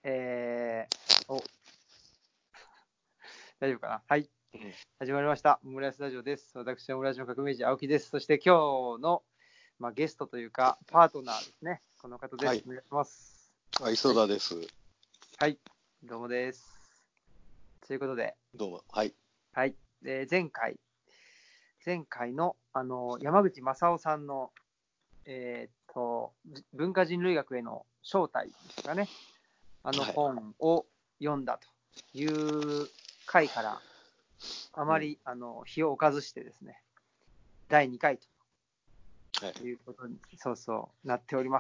大丈夫かな。はい。始まりました。オムライスラジオです。私はオムライスの革命児、青木です。そして今日の、ゲストというか、パートナーですね。この方です。 はい、 お願いします。 磯田です。 はい。どうもです。ということで、 どうも。はい。 はい。前回の、山口正夫さんの、文化人類学への招待ですかね。本を読んだという回から、あまり、日を置かずしてですね、第2回ということに、なっております。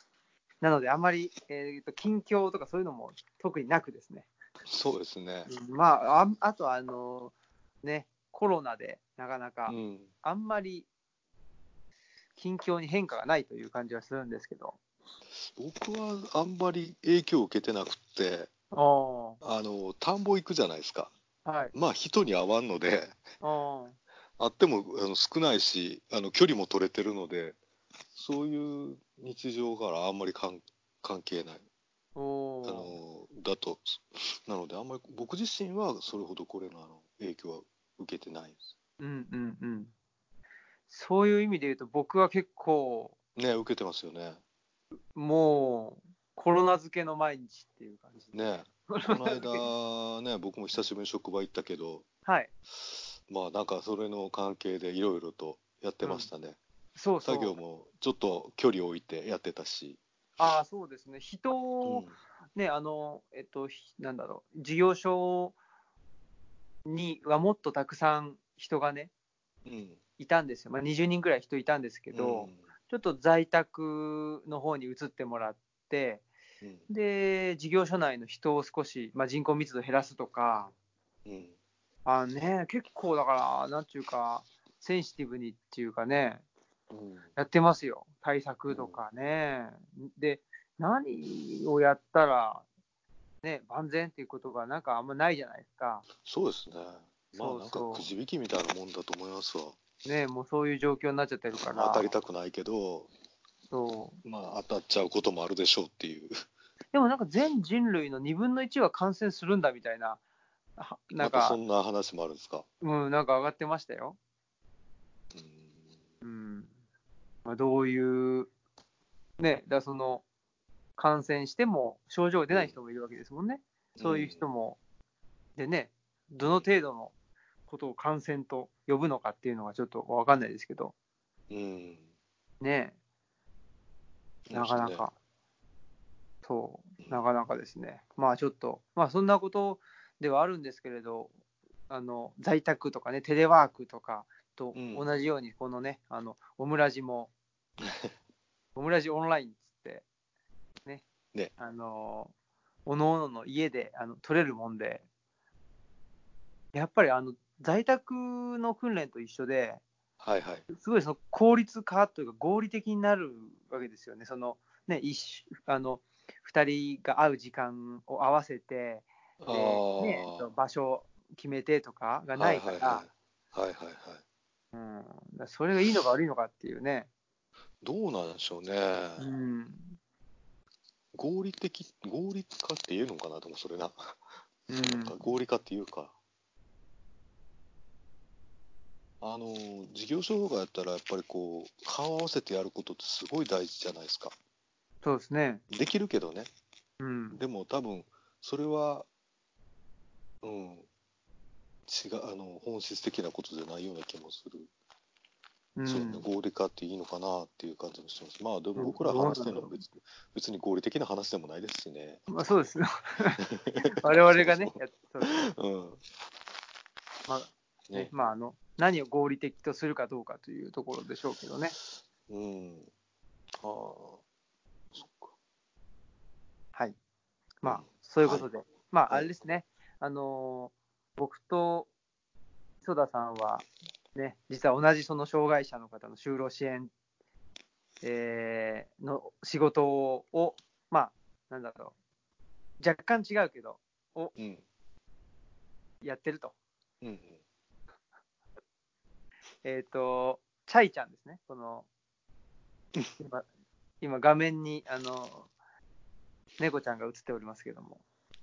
なので、あまり、近況とかそういうのも特になくですね。 そうですね。 あとコロナでなかなか、あんまり近況に変化がないという感じはするんですけど。 僕はあんまり影響を受けてなくて、田んぼ行くじゃないですか。 はい。 まあ、人に会わんので、 あ会っても少ないし、距離も取れてるので、そういう日常からあんまり関係ない。だと。なので、あんまり僕自身はそれほどこれの影響は受けてないです。 そういう意味で言うと、僕は結構、 ね、受けてますよね。 もう、コロナ漬けの毎日っていう感じで。 ね、この間ね、僕も久しぶりに職場行ったけど、 はい。 まあなんかそれの関係でいろいろとやってましたね。 そうそう。 作業もちょっと距離を置いてやってたし。 そうですね。ね、なんだろう、事業所にはもっとたくさん人がね、いたんですよ。20人ぐらい人いたんですけど、ちょっと在宅の方に移ってもらって、で、事業所内の人を少し、人口密度減らすとか、結構だから、なんていうか、センシティブにっていうかね、やってますよ。対策とかね。で、何をやったら、万全っていうことがなんかあんまないじゃないですか。 そうですね。まあなんかくじ引きみたいなもんだと思いますわ。 もうそういう状況になっちゃってるから。 当たりたくないけど、まあ当たっちゃうこともあるでしょうっていう。 でもなんか全人類の2分の1は感染するんだみたいな、なんまたそか、 んな話もあるんですか。 なんか上がってましたよ。どういう、だその、感染しても症状が出ない人もいるわけですもんね。そういう人も。でね、どの程度のことを感染と呼ぶのかっていうのがちょっとわかんないですけど。なかなか、なかなかですね。ちょっと、そんなことではあるんですけれど、在宅とかね、テレワークとかと同じように、このね、オムラジも、オムラジオンラインっつって、おのおのの家で取れるもんで、やっぱり在宅の訓練と一緒で、すごいその効率化というか合理的になるわけですよね。2人が会う時間を合わせて、場所を決めてとかがないから、それがいいのか悪いのかっていうね。 どうなんでしょうね。合理化っていうのかな、でもそれな。なんか合理化っていうか。事業所がやったらやっぱりこう、顔を合わせてやることってすごい大事じゃないですか。 そうですね。 できるけどね。でも多分、それは、本質的なことじゃないような気もする。そうね、合理化っていいのかなっていう感じもします。まあでも僕ら話してるのは別に合理的な話でもないですしね。 そうですよ。我々がね、何を合理的とするかどうかというところでしょうけどね。 そっか。 はい。そういうことで。あれですね。僕と磯田さんは、ね、実は同じその障害者の方の就労支援、の仕事を、なんだろう、若干違うけど、やってると。チャイちゃんですね。今画面に、 猫ちゃんが映っておりますけども、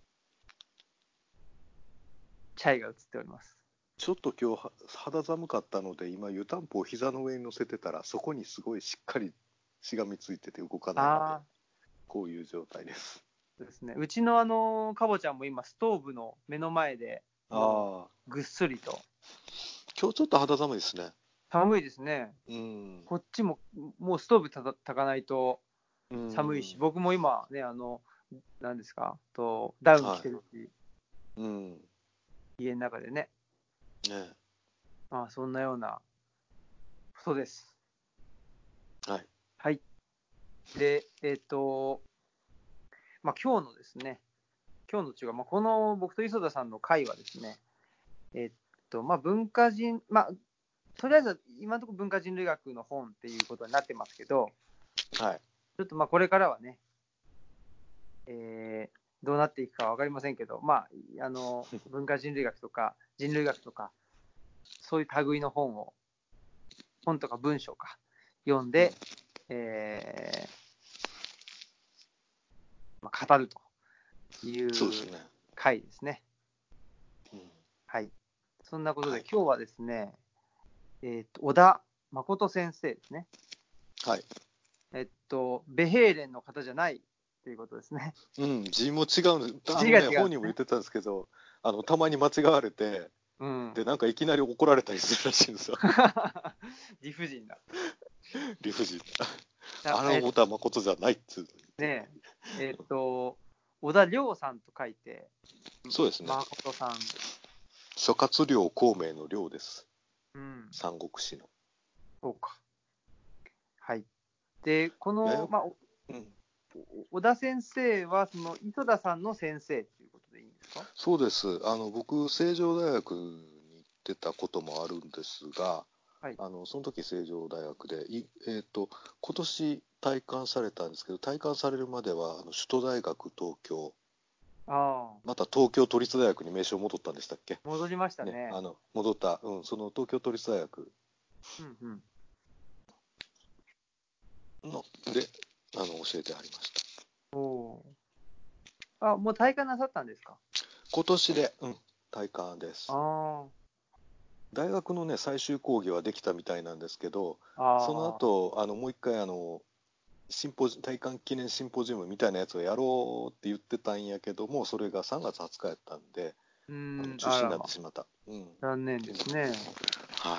チャイが映っております。 ちょっと今日肌寒かったので、今湯たんぽを膝の上に乗せてたら、そこにすごいしっかりしがみついてて動かないので、こういう状態です。 そうですね。うちのかぼちゃんも今ストーブの目の前でぐっすりと。 今日ちょっと肌寒いですね。 寒いですね。こっちももうストーブたかないと寒いし、僕も今ね、何ですか、ダウン着てるし、家の中でね。まあ、そんなようなことです。 はい。 はい。で、まあ、今日のですね、今日の中が、まあ、この僕と磯田さんの会はですね、まあ、文化人、まあ、とりあえず今のところ文化人類学の本っていうことになってますけど、 はい。 ちょっとまあこれからはね、どうなっていくか分かりませんけど、まあ、文化人類学とか人類学とか、そういう類の本とか文章か読んで、まあ、語るという回ですね。はい。そんなことで、今日はですね、小田誠先生ですね。 はい。 ベヘーレンの方じゃないということですね。 字も違うんです。本にも言ってたんですけど、たまに間違われて、で、なんかいきなり怒られたりするらしいんですよ。 理不尽だ。 理不尽だ。小田誠じゃないっつう。 ねえ。小田良さんと書いて、 そうですね。 誠さん。 諸葛亮孔明の亮です。三国志の。 そうか。はい。で、この、まあ、小田先生は、その磯田さんの先生ということでいいんですか？ そうです。僕、成城大学に行ってたこともあるんですが、はい、その時成城大学で、今年退官されたんですけど、退官されるまでは首都大学東京、また東京都立大学に名称戻ったんでしたっけ？ 戻りましたね。 戻った、その東京都立大学で教えてありました。 もう退官なさったんですか？ 今年で、退官です。大学のね、最終講義はできたみたいなんですけど、その後、もう一回退官記念シンポジウムみたいなやつをやろうって言ってたんやけども、それが3月20日やったんで、中止になってしまった。 残念ですね。 はい。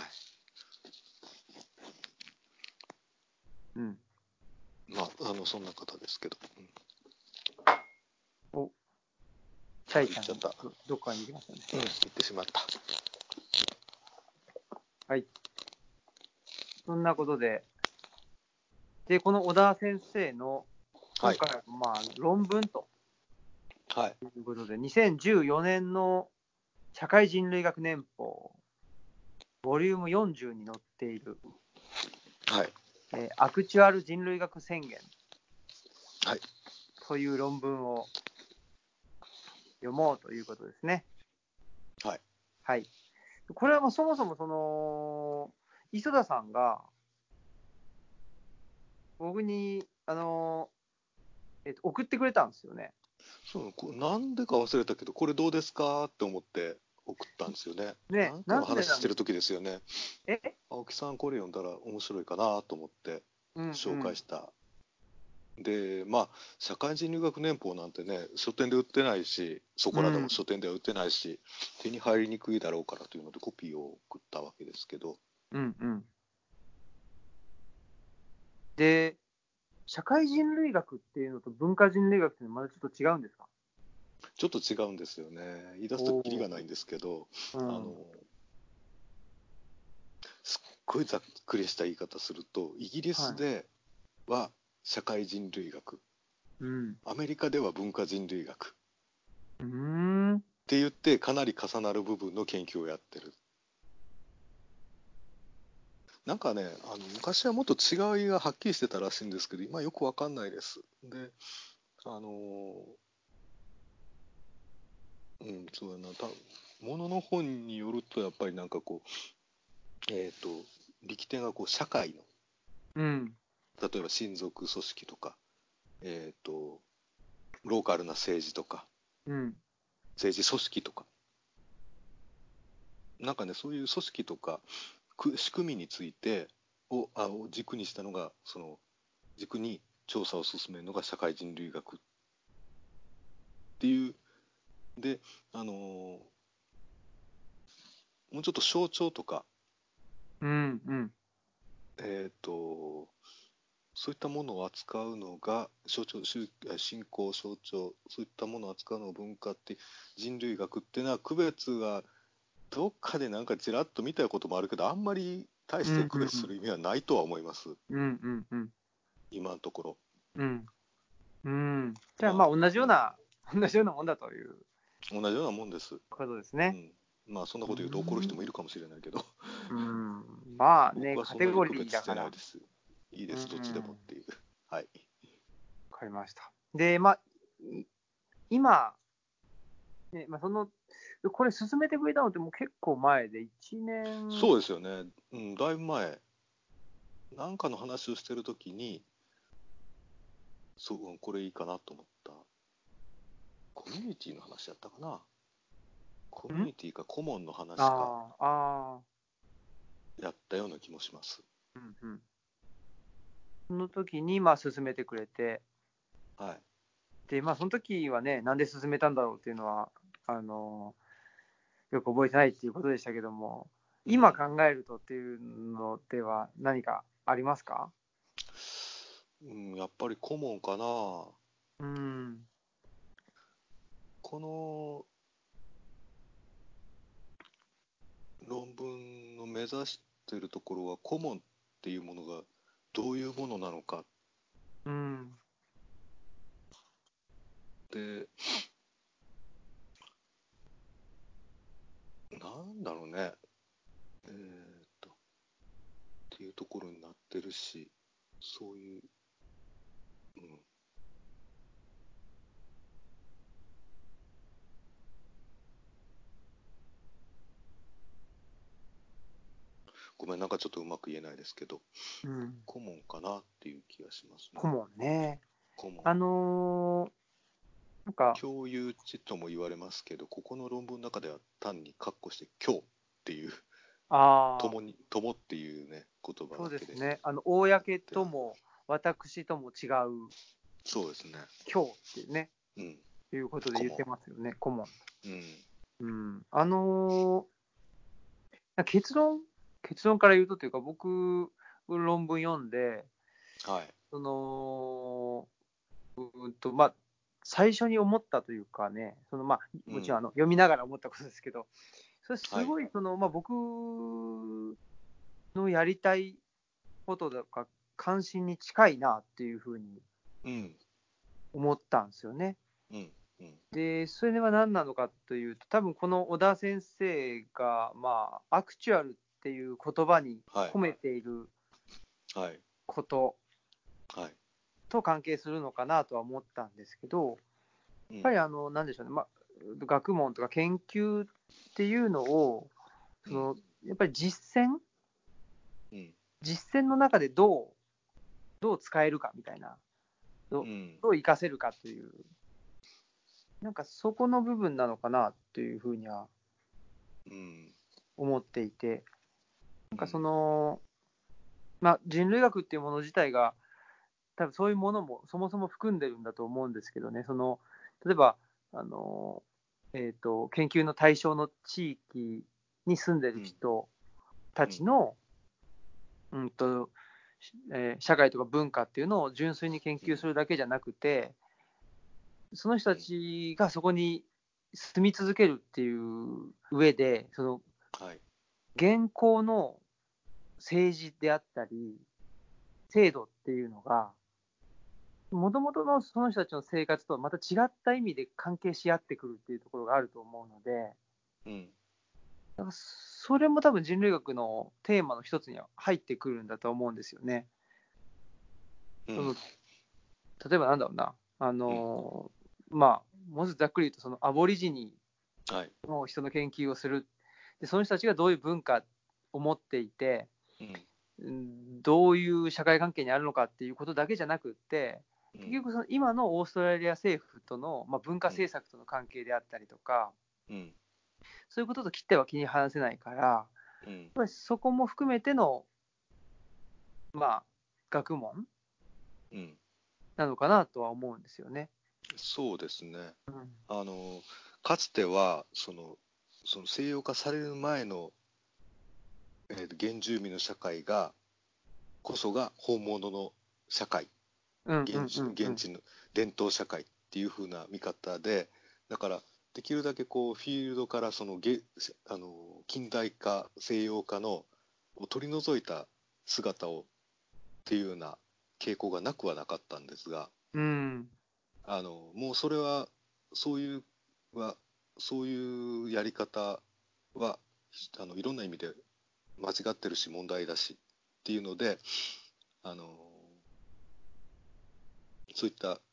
まあ、そんな方ですけど。 チャイちゃんがどっかに行きましたね。 行ってしまった。 はい。そんなことで、この小田先生の今回はまあ論文ということで、2014年の社会人類学年報、ボリューム40に載っている、アクチュアル人類学宣言という論文を読もうということですね。 はい。 はい。これはもうそもそもその、磯田さんが、僕に、送ってくれたんですよね。 そうなんでか忘れたけど、これどうですかって思って送ったんですよね。なんかの話してる時ですよね。青木さんこれ読んだら面白いかなと思って紹介した。で、まあ、社会人留学年報なんてね、書店で売ってないし、そこらでも書店では売ってないし、手に入りにくいだろうからというのでコピーを送ったわけですけど。 で、社会人類学っていうのと文化人類学っていうのはまだちょっと違うんですか？ ちょっと違うんですよね。言い出すときりがないんですけど、すっごいざっくりした言い方すると、イギリスでは社会人類学、アメリカでは文化人類学って言ってかなり重なる部分の研究をやってる。なんかね、昔はもっと違いがはっきりしてたらしいんですけど、今よくわかんないです。で、そうやな、ものの本によると、やっぱりなんかこう、力点がこう社会の、例えば親族組織とか、 ローカルな政治とか、 うん。 政治組織とか、なんかね、そういう組織とか仕組みについてを軸にしたのが、その軸に調査を進めるのが社会人類学っていう。で、もうちょっと象徴とか、 うんうん。 そういったものを扱うのが信仰、象徴、そういったものを扱うのが文化って、人類学っていうのは区別がどっかでなんかちらっと見たこともあるけど、あんまり大して区別する意味はないとは思います。 うんうんうん。 今のところ。 うん。うん。じゃあまあ、 同じような、同じようなもんだという同じようなもんです。 ことですね。 まあそんなこと言うと怒る人もいるかもしれないけど、 うん。まあね、 僕はそんなにカテゴ区別してなリーだから。 いです。いいでうす、どっちでもっん。 ていう。はい。 わかりました。で、今、ね、これ進めてくれたのってもう結構前で、1年。 そうですよね。だいぶ前、なんかの話をしてるときに、そう、これいいかなと思った。コミュニティの話やったかな。コミュニティか顧問の話か、 ああ、ああ、 やったような気もします。 うんうん。その時に、進めてくれて、 はい。 で、その時はね、なんで進めたんだろうっていうのは、よく覚えてないっていうことでしたけども、今考えるとっていうのでは何かありますか？ やっぱり顧問かな。 うん。 この論文の目指しているところは、顧問っていうものがどういうものなのか。 うん。 で、なんだろうね。っていうところになってるし、そういう、うん。ごめん、なんかちょっとうまく言えないですけど、 うん。 顧問かなっていう気がしますね。 顧問ね。 顧問。 なんか、 共有値とも言われますけど、ここの論文の中では単に括弧して共っていう、 ああ、 共っていうね、言葉そうだけでですね。 やっ公てある。 とも私とも違う、 そうですね。 今日っていうね、 うん。 いうことで顧問。 言ってますよね、顧問。 うん。 うん。結論、結論から言うとというか、僕、論文読んで、 はい。 その、最初に思ったというかね、もちろん読みながら思ったことですけど、それはい。 すごい、僕のやりたいこととか、関心に近いなっていうふうにうん。 思ったんですよね。 うん。うん。 で、それは何なのかというと、多分この小田先生が、アクチュアルっていう言葉にはい。 込めているはい。 ことはい。 と関係するのかなとは思ったんですけど、やっうん。 ぱりなんでしょうね、学問とか研究っていうのを、 うん。 やっぱりうん。 実践の中でどう使えるかみたいな、 うん。 どう活かせるかという、なんかそこの部分なのかなというふうにはうん。 思っていて、なんかうん。 人類学っていうもの自体が、多分そういうものもそもそも含んでるんだと思うんですけどね、例えば、あの、研究の対象の地域に住んでる人たうん。 ちの、うんと社会とか文化っていうのを純粋に研究するだけじゃなくて、その人たちがそこに住み続けるっていう上で、 はい。 現行の政治であったり、制度っていうのが、もともとのその人たちの生活とはまた違った意味で関係し合ってくるっていうところがあると思うので、 うん。 だからそれも多分人類学のテーマの一つには入ってくるんだと思うんですよね。 うん。 その例えばなんだろうな、 うん。 もうちょっとざっくり言うと、そのアボリジニはい。 の人の研究をする。で、その人たちがどういう文化を持っていて、 うん。 どういう社会関係にあるのかっていうことだけじゃなくって、 結局その今のオーストラリア政府との、文化政策との関係であったりとか、そういうことと切っては切り離せないから、やっぱりそこも含めての、学問なのかなとは思うんですよね。 そうですね。かつてはその西洋化される前の、原住民の社会こそが本物の社会、現地の伝統社会っていう風な見方で、だからできるだけこうフィールドから近代化西洋化のを取り除いた姿をっていうような傾向がなくはなかったんですが、もうそれはそういうやり方はいろんな意味で間違ってるし問題だしっていうので、そういった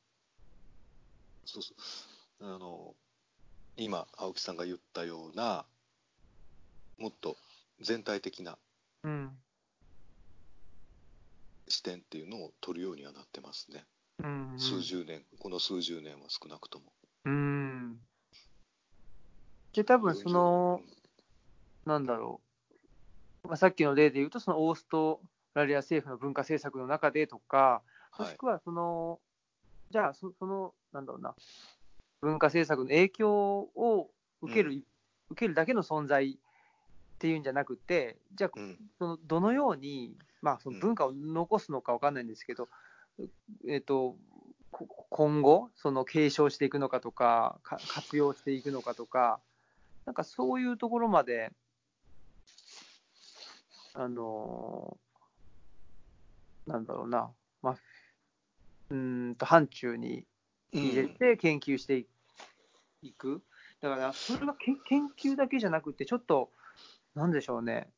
今青木さんが言ったようなもっと全体的な視点っていうのを取るようにはなってますね。この数十年は少なくとも。 で、多分なんだろう、さっきの例で言うと、そのオーストラリア政府の文化政策の中でとか、もしくはじゃあなんだろうな、文化政策の影響を受けるだけの存在っていうんじゃなくて、じゃあ、どのように、その文化を残すのか分かんないんですけど、今後、継承していくのかとか、活用していくのかとか、なんかそういうところまで、なんだろうな、範疇に入れて研究していく。だから、それが研究だけじゃなくて、ちょっと、なんでしょうね、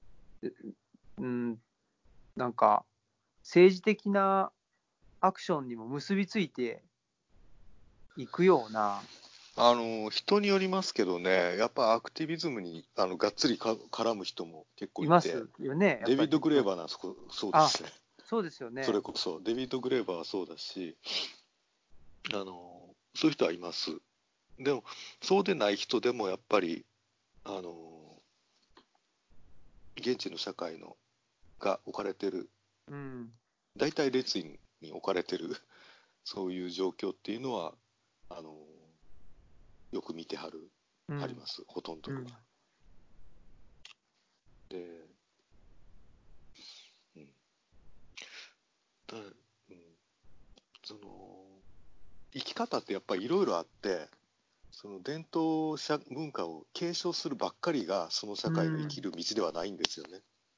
なんか、政治的なアクションにも結びついていくような。 人によりますけどね、やっぱアクティビズムにがっつり絡む人も結構いて、 いますよね、 デビッド・グレーバーなんそうですね。 そうですよね。 それこそ、デビッド・グレーバーはそうだし、そういう人はいます。でも、そうでない人でもやっぱり、現地の社会が置かれてる、大体列に置かれてるそういう状況っていうのはよく見てはります、ほとんどが。で、生き方ってやっぱりいろいろあって、その伝統文化を継承するばっかりがその社会の生きる道ではないんですよね。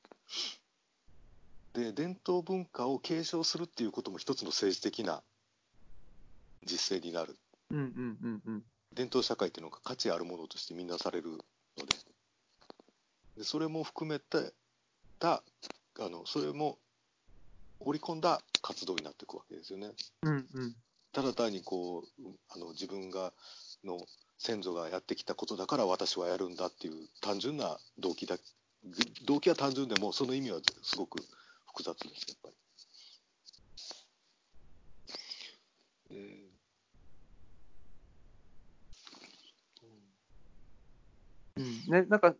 で、伝統文化を継承するっていうことも一つの政治的な実践になる。伝統社会っていうのが価値あるものとしてみんなされるので、それも含めてそれも織り込んだ活動になっていくわけですよね。ただ単に自分の先祖がやってきたことだから私はやるんだっていう単純な動機は単純でもその意味はすごく複雑です、やっぱり。 なんか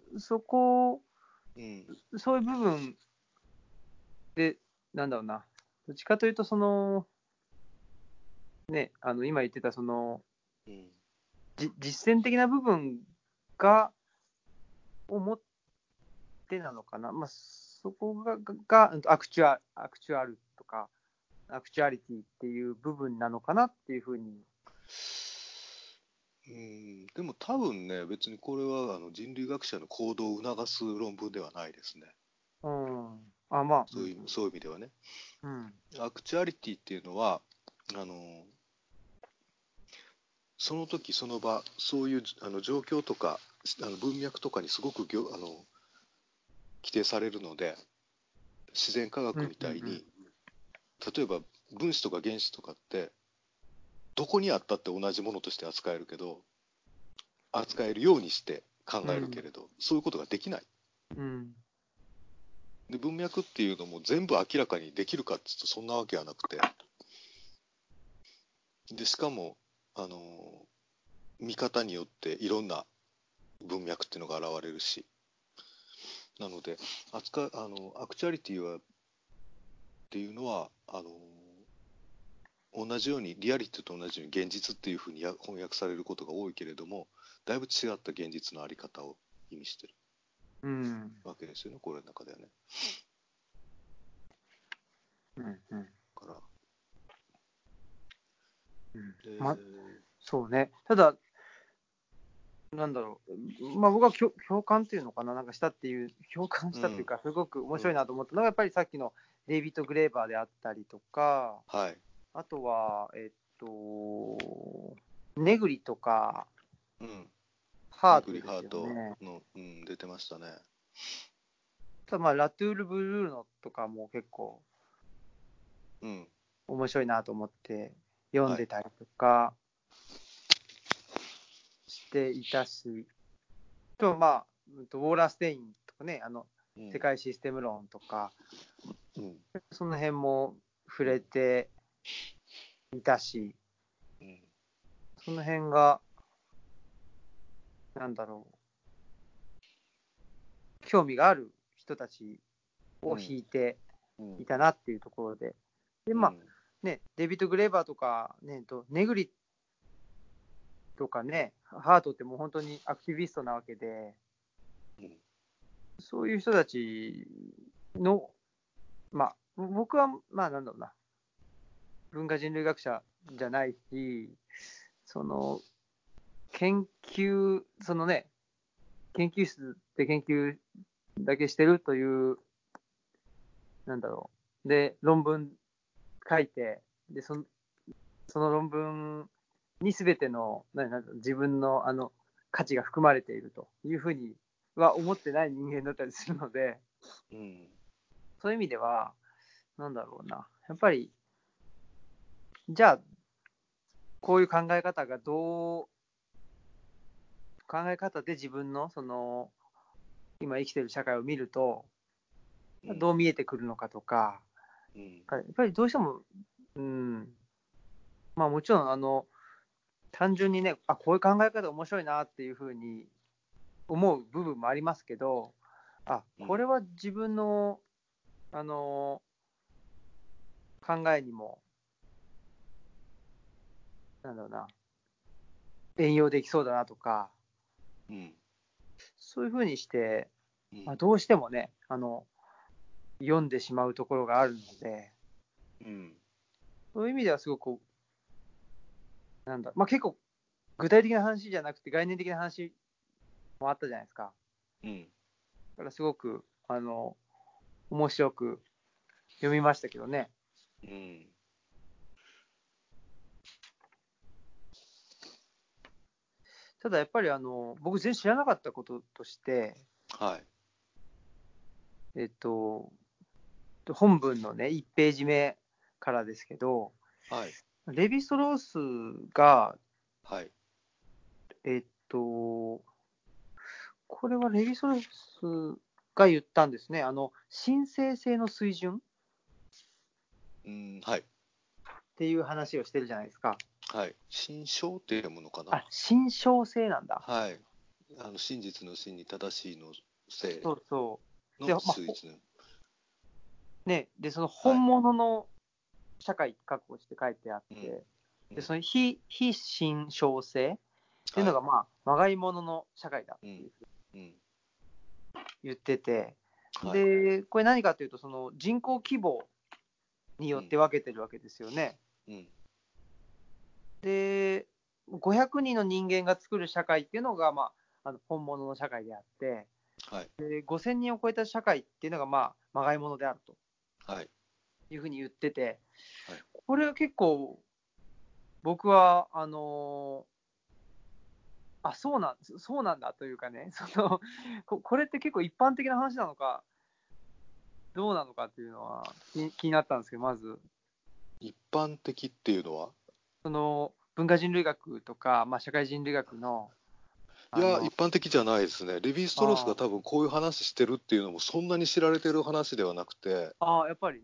そういう部分で、なんだろうな、どっちかというと今言ってた実践的な部分を持ってなのかな、そこがアクチュアルとか、アクチュアリティっていう部分なのかなっていうふうに。 でも多分ね、別にこれは人類学者の行動を促す論文ではないですね。そういう意味ではね。アクチュアリティっていうのは、その時その場、そういう状況とか文脈とかにすごく規定されるので、自然科学みたいに、例えば分子とか原子とかってどこにあったって同じものとして扱えるようにして考えるけれど、そういうことができない。で、文脈っていうのも全部明らかにできるかっていうとそんなわけはなくて、 でしかも見方によっていろんな文脈っていうのが現れるし、なのでアクチュアリティはっていうのは同じようにリアリティと同じように現実っていうふうに翻訳されることが多いけれども、だいぶ違った現実のあり方を意味してるわけですよね、これの中ではね。から、 そうね。ただなんだろう、まあ、僕は共感っていうのかな、なんかしたっていう、共感したっていうか、すごく面白いなと思ったのが、やっぱりさっきのデイビッド・グレーバーであったりとか、 はい、 あとは、ネグリとか、ハートですよね。 の、出てましたね。 ただまあ、ラトゥール・ブルーノとかも結構、面白いなと思って読んでたりとかしていたし、と、まあ、ウォーラーステインとかね、世界システム論とか、その辺も触れていたし、その辺が、なんだろう、興味がある人たちを引いていたなっていうところで、で、まあ、ね、デビッド・グレーバーとか、ネグリとかね、ハートってもう本当にアクティビストなわけで、そういう人たちの、まあ、僕は、まあ、なんだろうな、文化人類学者じゃないし、研究室で研究だけしてるという、なんだろう、で、論文書いて、で、その論文に全ての、自分の価値が含まれているというふうには思ってない人間だったりするので、そういう意味では、なんだろうな、やっぱり、じゃあ、こういう考え方が考え方で自分の今生きてる社会を見ると、どう見えてくるのかとか、やっぱりどうしても、まあもちろん単純にね、こういう考え方面白いなっていうふうに思う部分もありますけど、これは自分の、考えにも、なんだろうな、援用できそうだなとか、そういうふうにして、どうしてもね、読んでしまうところがあるので、そういう意味ではすごく、結構具体的な話じゃなくて概念的な話もあったじゃないですか。だからすごく、面白く読みましたけどね。ただやっぱり僕全然知らなかったこととして、本文のね、1ページ目からですけど、レヴィ・ストロースが、これはレヴィ・ストロースが言ったんですね。申請性の水準っていう話をしてるじゃないですか。 心象っていうものかな。 心象性なんだ。 真実の真に正しいの性の水準。ね、で、その本物の社会って確保して書いてあって、で、その非心象性っていうのが、まがいものの社会だっていうふうに言ってて、で、これ何かというと、その人口規模によって分けてるわけですよね。で、500人の人間が作る社会っていうのが、本物の社会であって、で5000人を超えた社会っていうのが、まがいものであるというふうに言ってて、これは結構、僕は、そうなんだというかね、これって結構一般的な話なのか、どうなのかっていうのは気になったんですけど、まず。 一般的っていうのは文化人類学とか、社会人類学の。 いや、一般的じゃないですね。レヴィ・ストロースが多分こういう話してるっていうのもそんなに知られてる話ではなくて。 やっぱりね。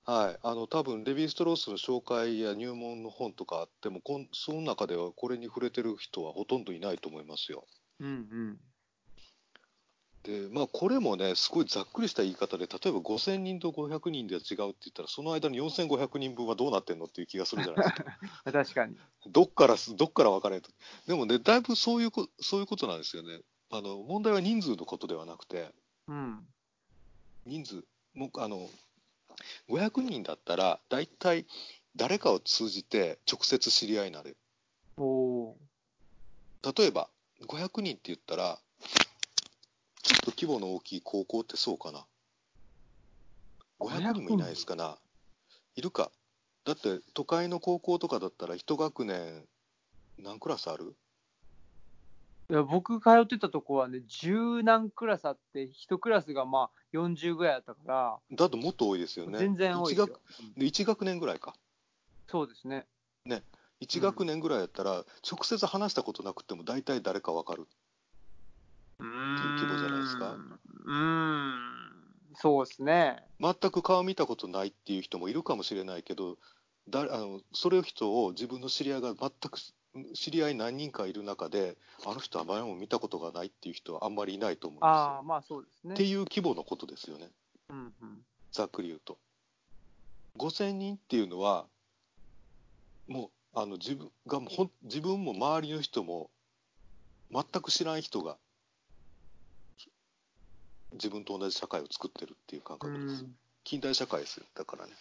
はい、多分レヴィ・ストロースの紹介や入門の本とかあっても、その中ではこれに触れてる人はほとんどいないと思いますよ。 うんうん。 で、まあ、これもね、すごいざっくりした言い方で、例えば5000人と500人では違うって言ったら、その間の4500人分はどうなってんのっていう気がするじゃないですか。 確かに。 どっから分かれと。でもね、だいぶそういうことなんですよね。問題は人数のことではなくて、 うん。 人数、500人だったら、だいたい誰かを通じて直接知り合いになれる。 おー。 例えば、500人って言ったら、ちょっと規模の大きい高校ってそうかな。500 500 人もいないで人。 すかな。いるか。だって都会の高校とかだったら一学年何クラスある？ いや、僕通ってたとこはね、十何クラスあって、一クラスがまあ40ぐらいだったから、 だともっと多いですよね。 全然多いですよ。うん、 一学年ぐらいか。 そうですね。 ね。一うん。 学年ぐらいやったら、直接話したことなくても大体誰かわかるうーっていう規模じゃないですか。 ん。うーん。そうですね。 全く顔見たことないっていう人もいるかもしれないけど、それを人を自分の知り合いが全く知り合い何人かいる中で、あの人は前も見たことがないっていう人はあんまりいないと思うんですよああ、 ね。っまあそうですね。 ていう規模のことですよね。 うんうん。 ざっくり言うと。5000人っていうのは、もう自分も周りの人も全く知らん人が自分と同じ社会を作ってるっていう感う覚です。 ん。 近代社会ですよ。だからね。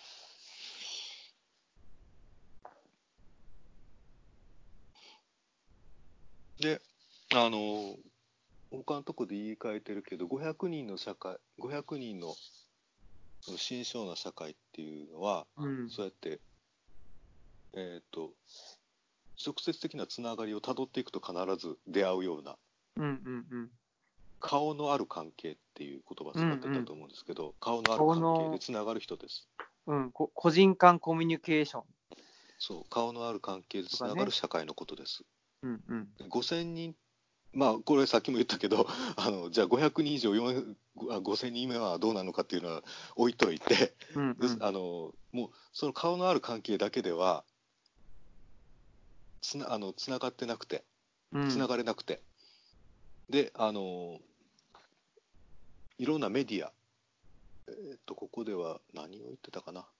で、あの、他のとこで言い換えてるけど、500人のその新章な社会っていうのは、 うん。 そうやって、えっと、直接的なつながりをたどっていくと必ず出会うような、 うんうんうん。 顔のある関係っていう言葉うんう使ってたん。 と思うんですけど、顔のあるこ関係での、 つながる人です。 うん、個人間コミュニケーションそう、顔のある関係でつながるとかね。 社会のことです。 うんうん。 5000人、まあ、これさっきも言ったけど、じゃあ500人以上5000人目はどうなのかっていうのは置いといて、でうんうん。 もうその顔のある関係だけではつながってなくて、つなうん。 がれなくて、で、いろんなメディア、ここでは何を言ってたかな、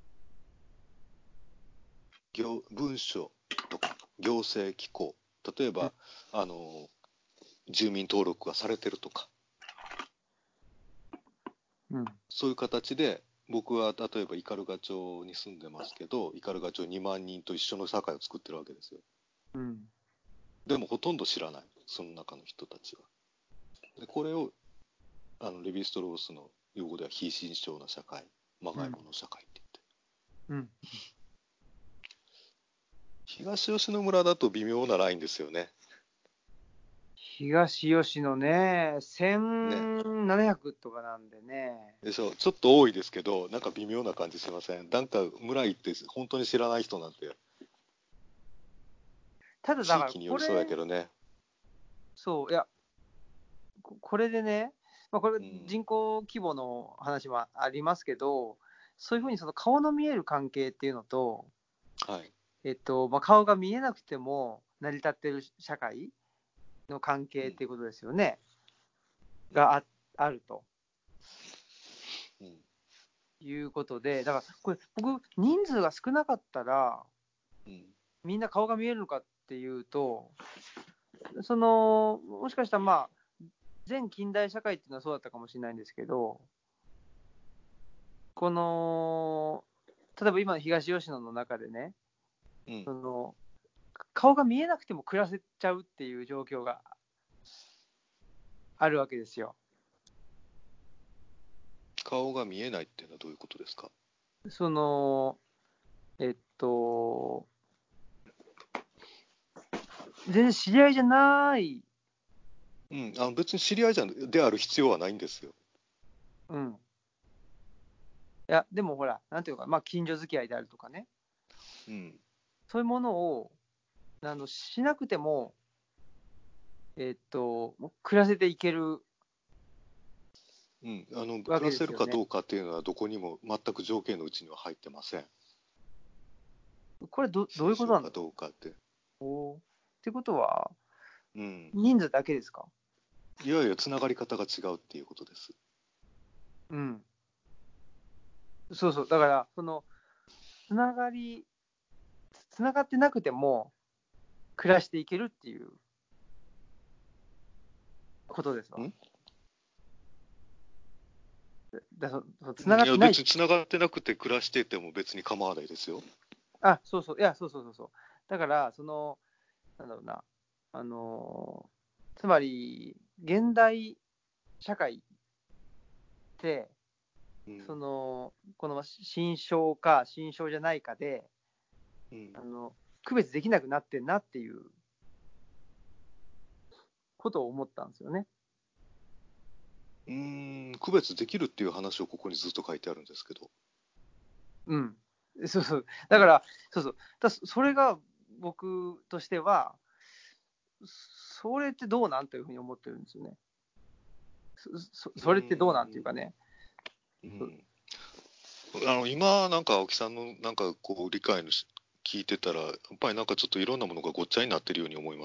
文書とか行政機構、例えうんば、あの、住民登録がされてるとか、 うん。 そういう形で、僕は例えば斑鳩町に住んでますけど、斑鳩町2万人と一緒の社会を作ってるわけですよ。 うん。 でもほとんど知らない、その中の人たちは。で、これをレヴィ・ストロースの用語では非心象な社会、まがいもの社会って言って。 うん。 東吉野村だと微妙なラインですよね。 東吉野ね、 ね。 1700とかなんでね。 でしょ。ちょっと多いですけど、なんか微妙な感じしません？なんか村行って本当に知らない人なんて、 ただだから地域によりそうやこれ、 けどね。 そう、いや、これでね、まあ、これうん。 人口規模の話もありますけど、そういうふうにその顔の見える関係っていうのと、 はい。 まあ、顔が見えなくても成り立ってる社会の関うん。 係っていうことですよね。 うん。 あるとうん。 いうことで、だからこれ僕、人数が少なかったら、 うん。 みんな顔が見えるのかっていうと、もしかしたらまあ、全近代社会っていうのはそうだったかもしれないんですけど、この、例えば今の東吉野の中でね、 うん。 その顔が見えなくても暮らせちゃうっていう状況があるわけですよ。 顔が見えないっていうのはどういうことですか？ その、えっと、全然知り合いじゃない、 うん。別に知り合いである必要はないんですよ。 うん。いや、でもほら、なんていうか、まあ、近所付き合いであるとかね、 うん。 そういうものを、しなくても、暮らせていける暮らせるかどうかっていうのはどこにも全く条件のうちには入ってません。 これどういうことなんだろう。 かどうかって。 ってことは、人数だけですか？ いやいや、つながり方が違うっていうことです。 そうそう。だから、つながってなくても、暮らしていけるっていうことですわ。 つながってない。別につながってなくて暮らしてても別に構わないですよ。 そうそう。いや、そう。だから、なんだろうな。つまり、現代社会って、この心象か心象じゃないかで、区別できなくなってんなっていうことを思ったんですよね。 区別できるっていう話をここにずっと書いてあるんですけど。 そう。だから、それが僕としては、それってどうなんというふうに思ってるんですよね。それってどうなんていうかね。 今、なんか青木さんのなんかこう理解の聞いてたら、やっぱりなんかちょっといろんなものがごっちゃになってるように思います。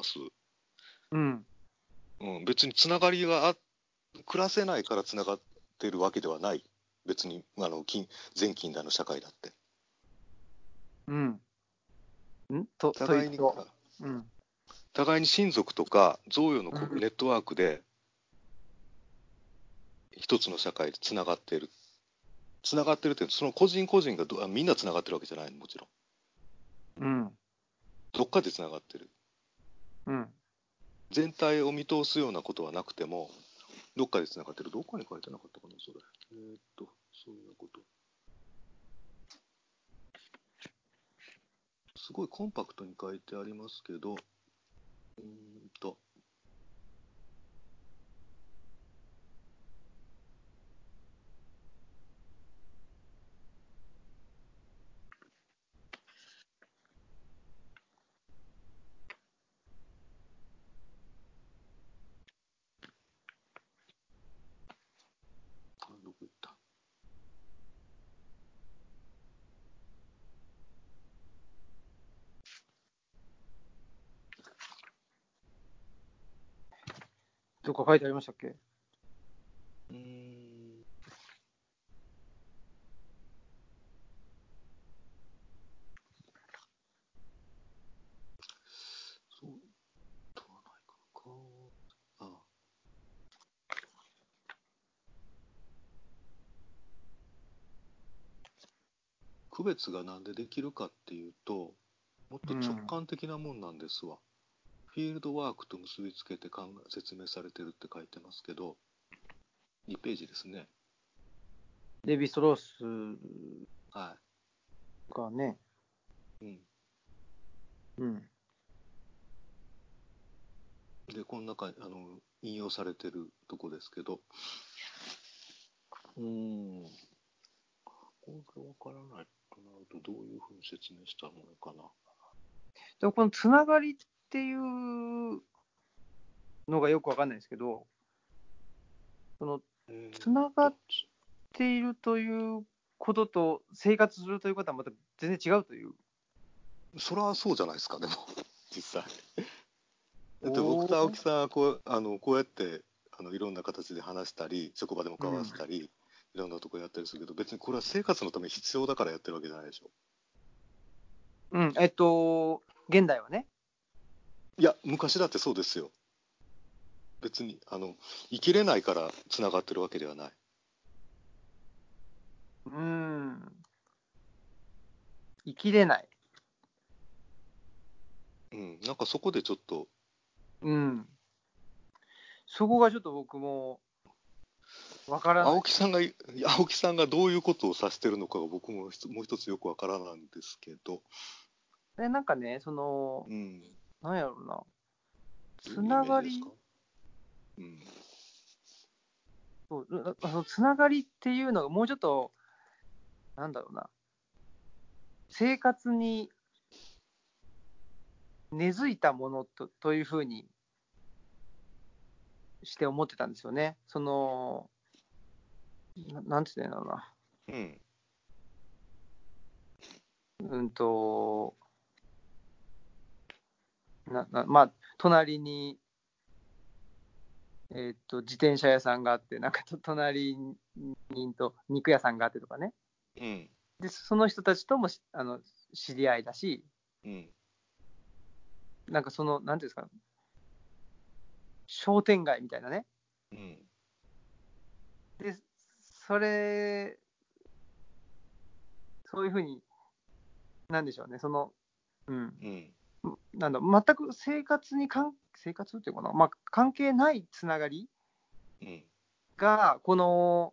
別につながりが暮らせないからつながってるわけではない。別に全近代の社会だって。互いに親族とか贈与のネットワークで一つの社会でつながっている。つながってるって、その個人個人がみんなつながってるわけじゃないの、もちろん。どっかでつながってる。全体を見通すようなことはなくても、どっかでつながってる。どっかに書いてなかったかな、それ。そういうこと。すごいコンパクトに書いてありますけど、どこ行った？ どこか書いてありましたっけ？ そうとはないかな。区別がなんでできるかっていうと、もっと直感的なもんなんですわ。フィールドワークと結びつけて説明されてるって書いてますけど、2ページですね。 デイビス・ロースがね。 で、この中引用されてるとこですけど、これ分からないとなるとどういうふうに説明したのかな。 でもこのつながりっていうのがよく分かんないですけど、つながっているということと生活するということはまた全然違うという。 そりゃそうじゃないですか、でも実際。だって僕と青木さんはこうやっていろんな形で話したり、職場でも交わしたり、いろんなとこやったりするけど、別にこれは生活のために必要だからやってるわけじゃないでしょ。 現代はね。 いや、昔だってそうですよ。別に生きれないからつながってるわけではない。 生きれない。 なんかそこでちょっと。 そこがちょっと僕もわからない。 青木さんがどういうことを指してるのかが僕ももう一つよくわからないんですけど。 なんかね、なんやろうな。つながり。つながりっていうのがもうちょっと、なんだろうな。生活に根付いたものというふうにして思ってたんですよね。 なんて言うんだろうな。まあ、隣に、自転車屋さんがあって、なんか隣に肉屋さんがあってとかね。で、その人たちとも知り合いだし、なんかなんていうんですか、商店街みたいなね。で、そういうふうに、なんでしょうね、なんだ、全く生活っていうかな、まあ、関係ないつながりが、この、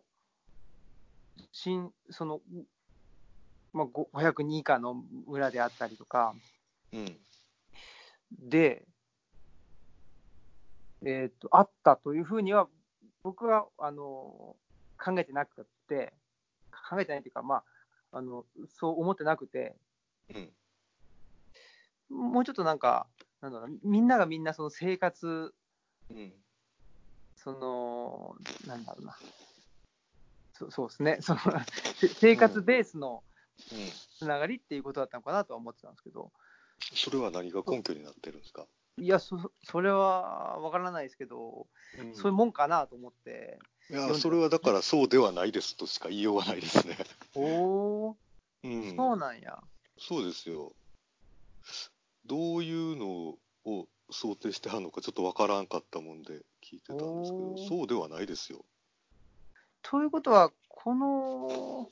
まあ、500人以下の村であったりとか、で、あったというふうには、僕は考えてなくて、考えてないというか、まあ、そう思ってなくて、もうちょっとなんか、なんだろう、みんながみんなその生活、なんだろうな、そうですね、生活ベースのつながりっていうことだったのかなとは思ってたんですけど。 それは何が根拠になってるんですか？ いや、それは分からないですけど、そういうもんかなと思って。 いや、それはだからそうではないですとしか言いようがないですね。 おー、そうなんや。 そうですよ。どういうのを想定してはるのかちょっと分からんかったもんで聞いてたんですけど、そうではないですよ。 ということは、この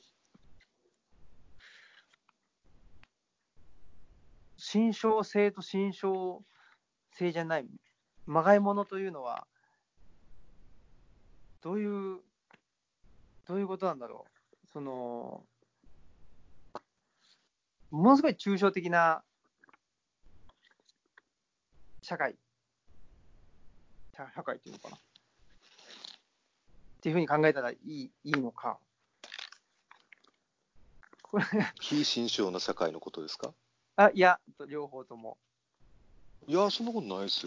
心象性と心象性じゃないまがいものというのは、どういうことなんだろう。ものすごい抽象的な社会っていうのかな。っていうふうに考えたらいいのか。これ非心象な社会のことですか？ いや、両方とも。 いや、そんなことないですよ。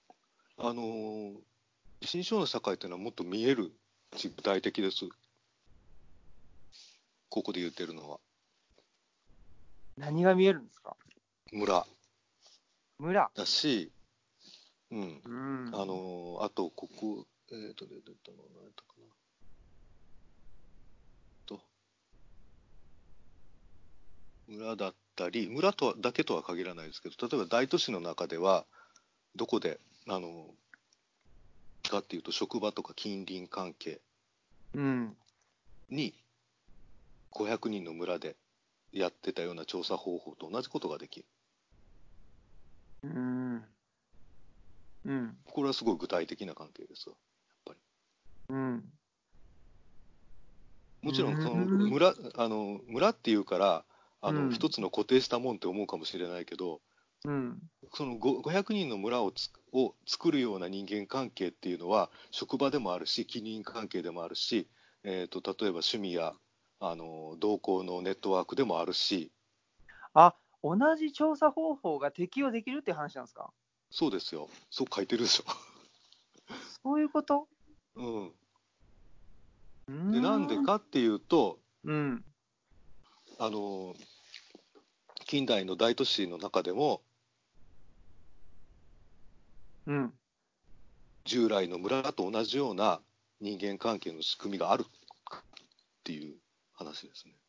心象な社会っていうのはもっと見える具体的です。ここで言ってるのは。 何が見えるんですか？ 村だし、あと、ここ、出たの何やったかな。村だったり、村だけとは限らないですけど、例えば大都市の中では、どこで、かっていうと、職場とか近隣関係に、500人の村でやってたような調査方法と同じことができる。これはすごい具体的な関係ですよ、やっぱり。もちろん、村っていうから、一つの固定したもんって思うかもしれないけど、その500人の村を作るような人間関係っていうのは、職場でもあるし、近隣関係でもあるし、例えば趣味や同行のネットワークでもあるし。 同じ調査方法が適用できるって話なんですか？ そうですよ。そう書いてるでしょ。 そういうこと？ で、なんでかっていうと、近代の大都市の中でも、従来の村と同じような人間関係の仕組みがあるっていう話ですね。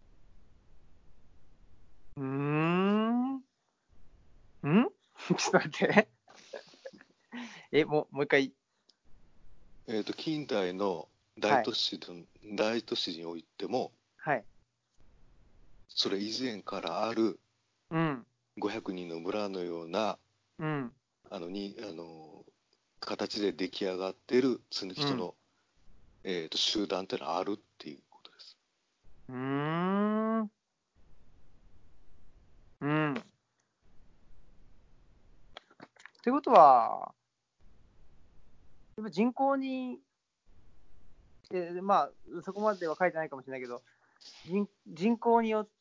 ちょっと待ってもう一回。 近代の大都市においても、それ以前からある500人の村のような、形で出来上がっている人の、集団っていうのはあるっていうことです。 ということは、人口に、まあ、そこまでは書いてないかもしれないけど、人口によって、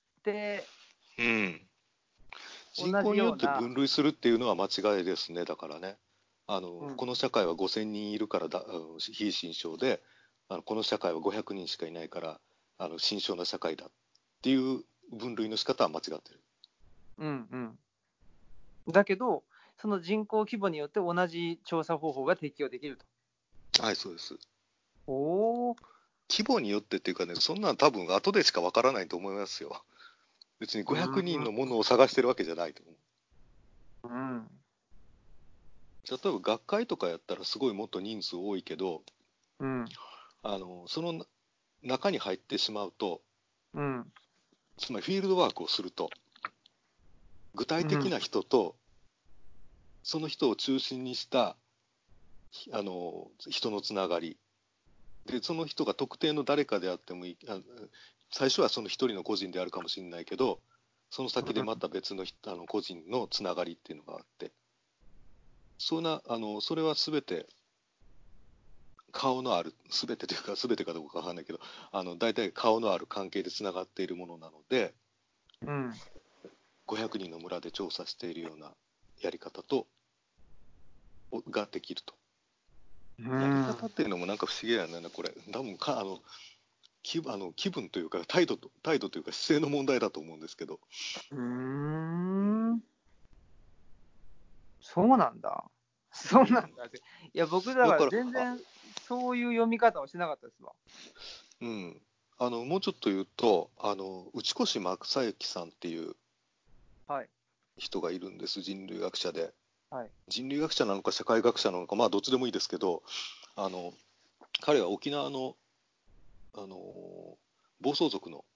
人口によって分類するっていうのは間違いですね。だからね、この社会は5000人いるから非心象で、 この社会は500人しかいないから慎重な社会だっていう分類の仕方は間違ってる。 うんうん。だけど、その人口規模によって同じ調査方法が適用できると。はい、そうです。 おー。 規模によってっていうかね、そんなん多分後でしかわからないと思いますよ。別に500人のものを探してるわけじゃないと思う。 うん。 例えば学会とかやったらすごいもっと人数多いけど、 うん。 その中に入ってしまうと、 うん。 つまりフィールドワークをすると、具体うん。 的な人とその人を中心にした人のつながりで、その人が特定の誰かであってもいい、最初はその一人の個人であるかもしれないけど、その先でまた別の個人のつながりっていうのがあって、それは全て顔のある、全てというか全てかどうかわかんないけど、大体顔のある関係でつながっているものなので、 うん。 500人の村で調査しているようなやり方ができると。やり方っていうのもなんか不思議やね、これ。多分気分というか態度というか姿勢の問題だと思うんですけど。 そうなんだ。そうなんだって。いや、僕だから全然そういう読み方をしなかったですわ。 うん。もうちょっと言うと、内越正幸さんっていう人がいるんです、人類学者で。 はい。 人類学者なのか社会学者なのか、まあどっちでもいいですけど、彼は沖縄の、暴走族の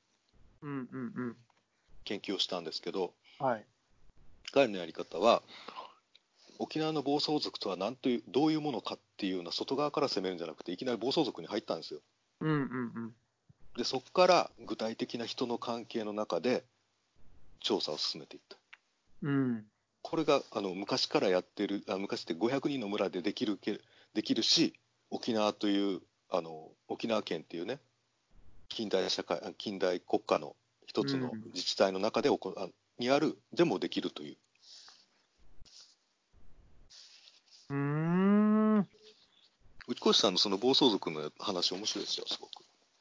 研究をしたんですけど、 はい。 彼のやり方は、沖縄の暴走族とはどういうものかっていうような外側から攻めるんじゃなくて、いきなり暴走族に入ったんですよ。で、そこから具体的な人の関係の中で調査を進めていった。これが昔からやってる、昔って500人の村でできるし、沖縄という沖縄県っていうね、近代国家の一つの自治体の中でにあるでもできるという。内越さんのその暴走族の話面白いですよ、すごく。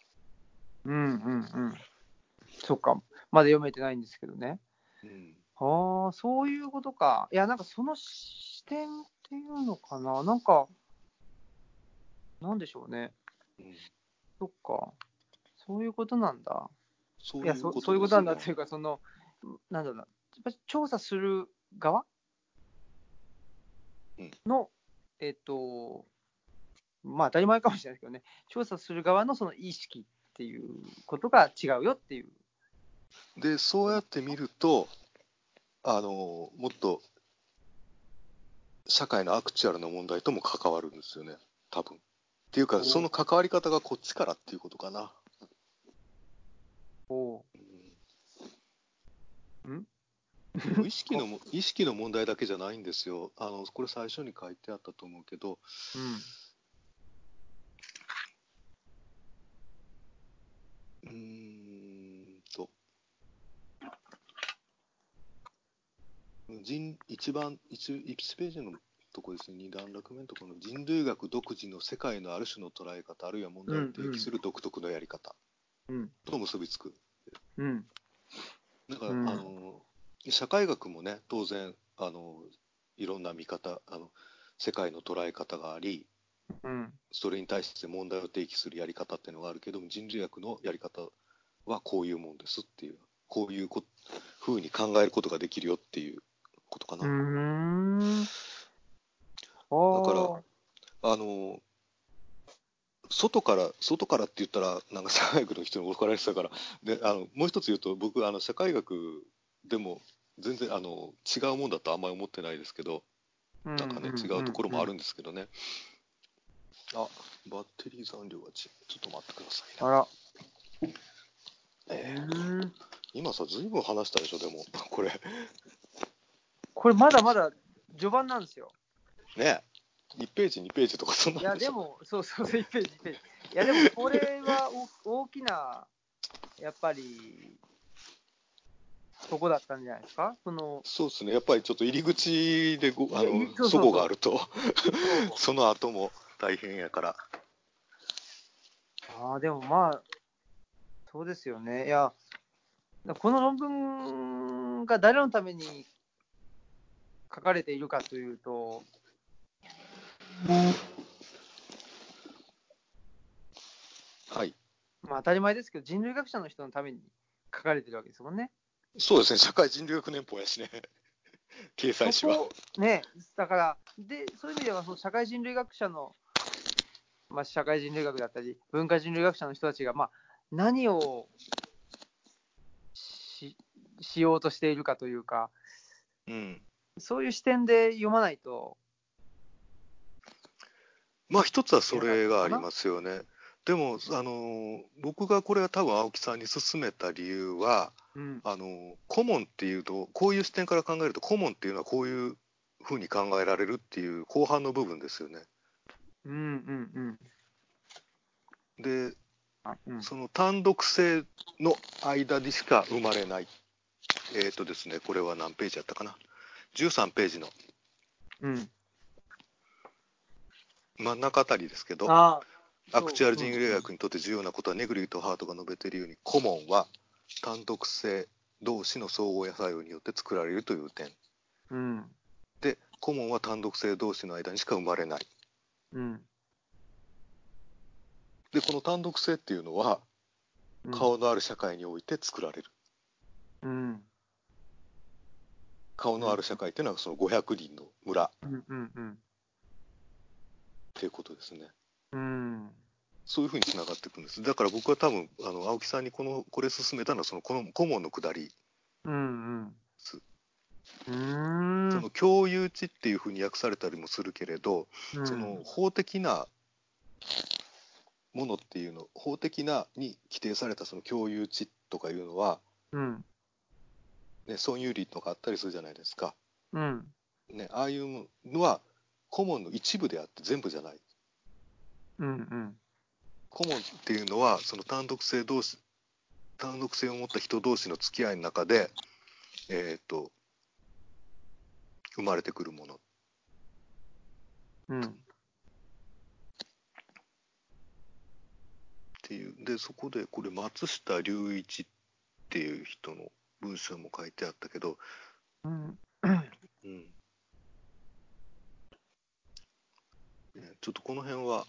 そっか。まだ読めてないんですけどね。 うん。 ああ、そういうことか。いや、なんかその視点っていうのかな。なんか、なんでしょうね。そっか。そういうことなんだ。 そういうこそういうこととですね。 なんだっていうか、なんだろうな。やっぱり調査する側の、まあ当たり前かもしれないですけどね。調査する側のその意識っていうことが違うよっていう。 で、そうやって見ると、もっと社会のアクチュアルな問題とも関わるんですよね、多分。っていうか、その関わり方がこっちからっていうことかな。でも意識の問題だけじゃないんですよ。これ最初に書いてあったと思うけど、1ページのとこですね、2段落目のところの人類学独自の世界のある種の捉え方、あるいは問題を提起する独特のやり方と結びつく。だから、社会学もね、当然、いろんな見方、世界の捉え方があり、それに対して問題を提起するやり方っていうのがあるけども、人類学のやり方はこういうもんですっていう、こういうふうに考えることができるよっていうことかな。だから、外からって言ったら、なんか社会学の人に怒られてたから、で、もう一つ言うと、僕、社会学でも全然、違うもんだとあんまり思ってないですけど、なんかね、違うところもあるんですけどね。あ、バッテリー残量がちょっと待ってくださいね。今さ、ずいぶん話したでしょ、でも、これ。 これまだまだ序盤なんですよ。 ねえ、1ページ、2ページとかそんなんでしょ。 いや、でも、そう、1ページ、1ページ。いや、でも、これは大きな、やっぱり、とこだったんじゃないですか。 そうですね、やっぱりちょっと入り口でそ齟齬があると、その後も大変やから。 でもまあ、そうですよね。いや、この論文が誰のために書かれているかというと、 はい。 まあ当たり前ですけど、人類学者の人のために書かれてるわけですもんね。 そうですね、社会人類学年俸やしね、掲載誌は。 ね、だから、で、そういう意味では、その社会人類学者の、まあ、社会人類学だったり、文化人類学者の人たちが、まあ、何をしようとしているかというか、 うん。 そういう視点で読まないと。 まあ一つはそれがありますよね。でも僕がこれは多分青木さんに勧めた理由は、 うん、 顧問っていうとこういう視点から考えると顧問っていうのはこういうふうに考えられるっていう後半の部分ですよね。 うんうんで、 うん、 その単独性の間にしか生まれない。ですね、これは何ページやったかな。13ページの真ん中あたりですけど、アクチュアル人類学にとって重要なことは、ネグリーとハートが述べているように、顧問は単独性同士の相互作用によって作られるという点、 うん、 で顧問は単独性同士の間にしか生まれない、 うん、 でこの単独性っていうのは顔のある社会において作られる、 うん、 顔のある社会っていうのはその500人の村っていうことですね。 うん、 そういうふうにつながっていくんです。だから僕は多分青木さんにこれ進めたのはこの顧問のくだりです。その共有地っていうふうに訳されたりもするけれど、その法的なものっていうの、法的なに規定されたその共有地とかいうのは、ね、村有林とかあったりするじゃないですか。ね、ああいうのは顧問の一部であって全部じゃない。顧問っていうのはその単独性を持った人同士の付き合いの中で、生まれてくるもの。っていう。で、そこでこれ松下隆一っていう人の文章も書いてあったけど、ちょっとこの辺は、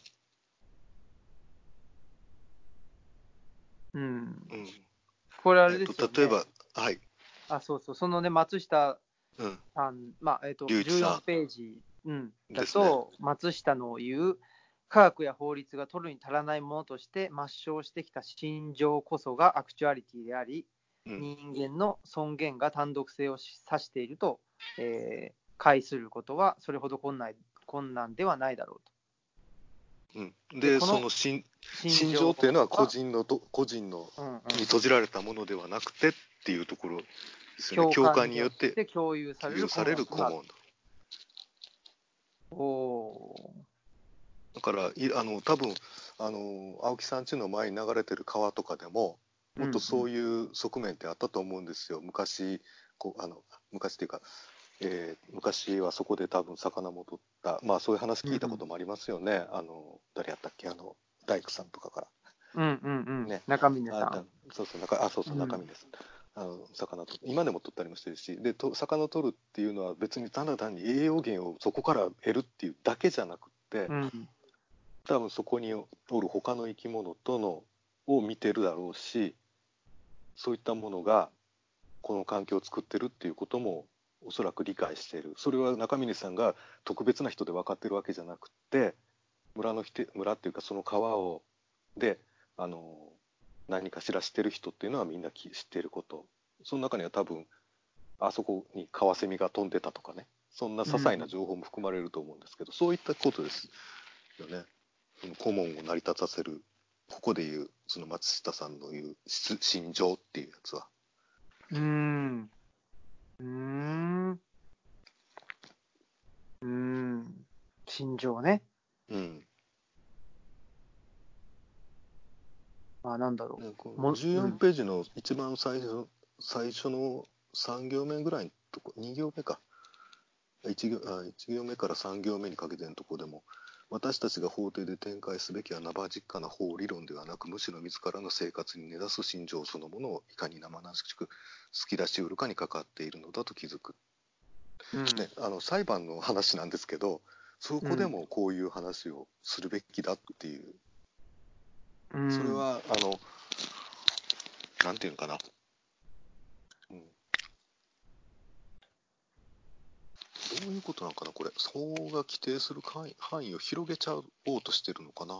これあれですよね。 例えば、はい。 そのね、松下さん、14ページ、だと、松下の言う、科学や法律が取るに足らないものとして抹消してきた心情こそがアクチュアリティであり、人間の尊厳が単独性を指していると、解することはそれほど困難ではないだろうと。 でその心情っていうのは個人のに閉じられたものではなくてっていうところですよね。共感によって共有される顧問。 だから多分青木さんちの前に流れてる川とかでももっとそういう側面ってあったと思うんですよ。昔っていうか、昔はそこで多分魚も取った、まあそういう話聞いたこともありますよね。誰やったっけ、大工さんとかから。 ね、中峰さん。 そうそう、中峰さん。魚と今でも取ったりもしてるし、で魚取るっていうのは別にただ単に栄養源をそこから得るっていうだけじゃなくて、多分そこにおる他の生き物を見てるだろうし、そういったものがこの環境を作ってるっていうこともおそらく理解している。それは中峰さんが特別な人で分かってるわけじゃなくて、村っていうかその川で何かしらしてる人っていうのはみんな知っていること。その中には多分あそこにカワセミが飛んでたとかね、そんな些細な情報も含まれると思うんですけど、そういったことですよね。その顧問を成り立たせる、ここでいうその松下さんの言う心情っていうやつは。 心情ね。なんだろう。 14ページの一番最初の3行目ぐらいのとこ、2行目か。1行目から3行目にかけてのとこでも、 私たちが法廷で展開すべきは生実家な法理論ではなく、むしろ自らの生活に根ざす心情そのものをいかに生々しく突き出しうるかにかかっているのだと気づく、ね、裁判の話なんですけど、そこでもこういう話をするべきだっていう、それはなんていうのかな、どういうことなのかな、これ、法が規定する範囲を広げちゃおうとしてるのかな。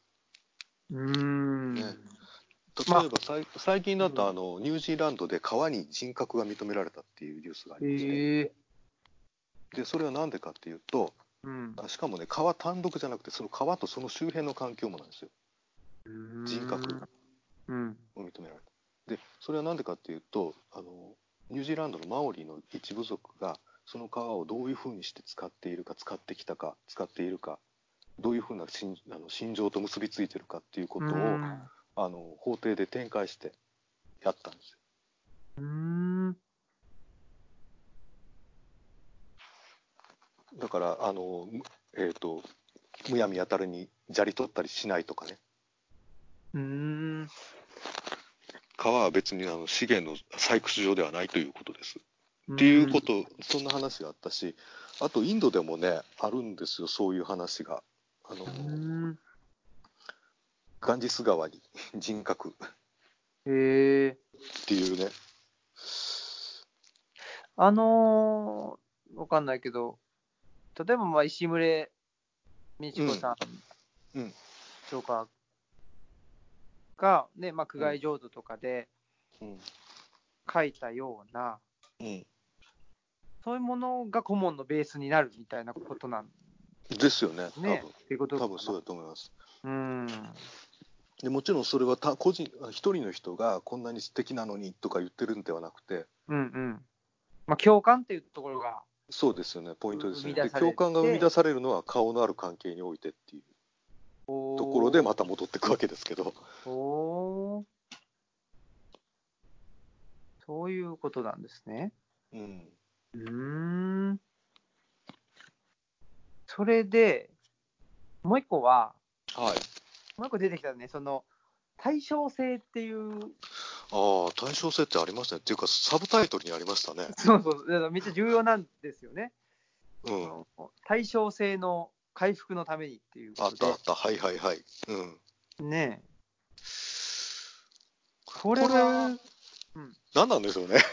ね、例えば、最近だとニュージーランドで川に人格が認められたっていうニュースがありまして、でそれは何でかっていうと、しかもね、川単独じゃなくて、その川とその周辺の環境もなんですよ、人格を認められた。でそれは何でかっていうと、ニュージーランドのマオリの一部族がその川をどういうふうにして使っているか、使ってきたか、使っているか、どういうふうな心情と結びついているかっていうことを法廷で展開してやったんですよ。だからむやみやたらに砂利取ったりしないとかね。川は別に資源の採掘場ではないということです。っていうこと、そんな話があったし、あとインドでもねあるんですよ、そういう話が。ガンジス川に人格っていうね。 わかんないけど、例えば石牟美智子さんとかがね、苦外浄土とかで書いたような、そういうものが顧問のベースになるみたいなことなんですよね、 多分そうだと思います。でもちろんそれは一人の人がこんなに素敵なのにとか言ってるんではなくて、 共感っていうところがそうですよね、ポイントですね。で共感が生み出されるのは顔のある関係においてっていうところでまた戻っていくわけですけど。 そういうことなんですね。それでもう一個は、もう一個出てきたね、その対称性っていう。 対称性ってありましたね。っていうかサブタイトルにありましたね。 そうめっちゃ重要なんですよね。対称性の回復のためにっていうことで。 あったはい。 ねえ。これは何なんでしょうね。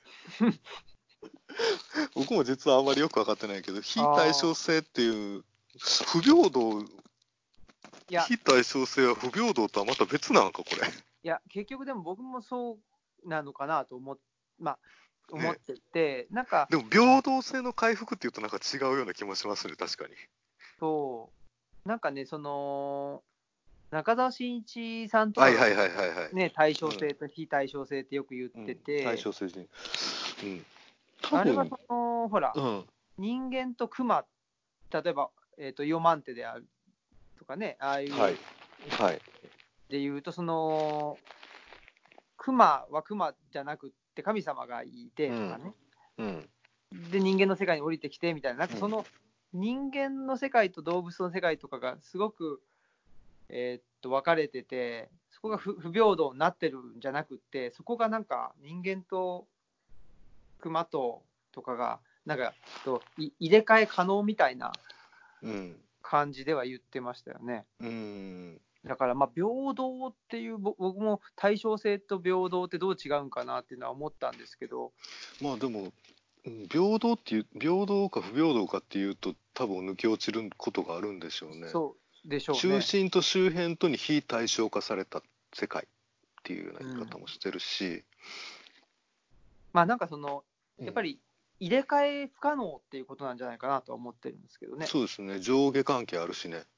僕も実はあんまりよく分かってないけど、非対称性っていう不平等、非対称性は不平等とはまた別なのか、これ。 いや、結局でも僕もそうなのかなと思ってて、なんか。 でも平等性の回復っていうとなんか違うような気もしますね、確かに。 なんかね、その、中澤慎一さんとかが、対称性と非対称性ってよく言ってて、 対称性に。 あれはその、ほら、人間と熊、例えば、イオマンテであるとかね、ああいう、で言うと、その、熊は熊じゃなくって神様がいてとかね、で、人間の世界に降りてきてみたいな、なんかその人間の世界と動物の世界とかがすごく、分かれてて、そこが不平等になってるんじゃなくって、そこがなんか人間と熊とかが、なんか入れ替え可能みたいな感じでは言ってましたよね。だから平等っていう、僕も対称性と平等ってどう違うんかなっていうのは思ったんですけど。 でも平等か不平等かっていうと多分抜け落ちることがあるんでしょうね。 そうでしょうね。 中心と周辺とに非対称化された世界っていうような言い方もしてるし、 なんかそのやっぱり入れ替え不可能っていうことなんじゃないかなとは思ってるんですけどね。 そうですね、上下関係あるしね。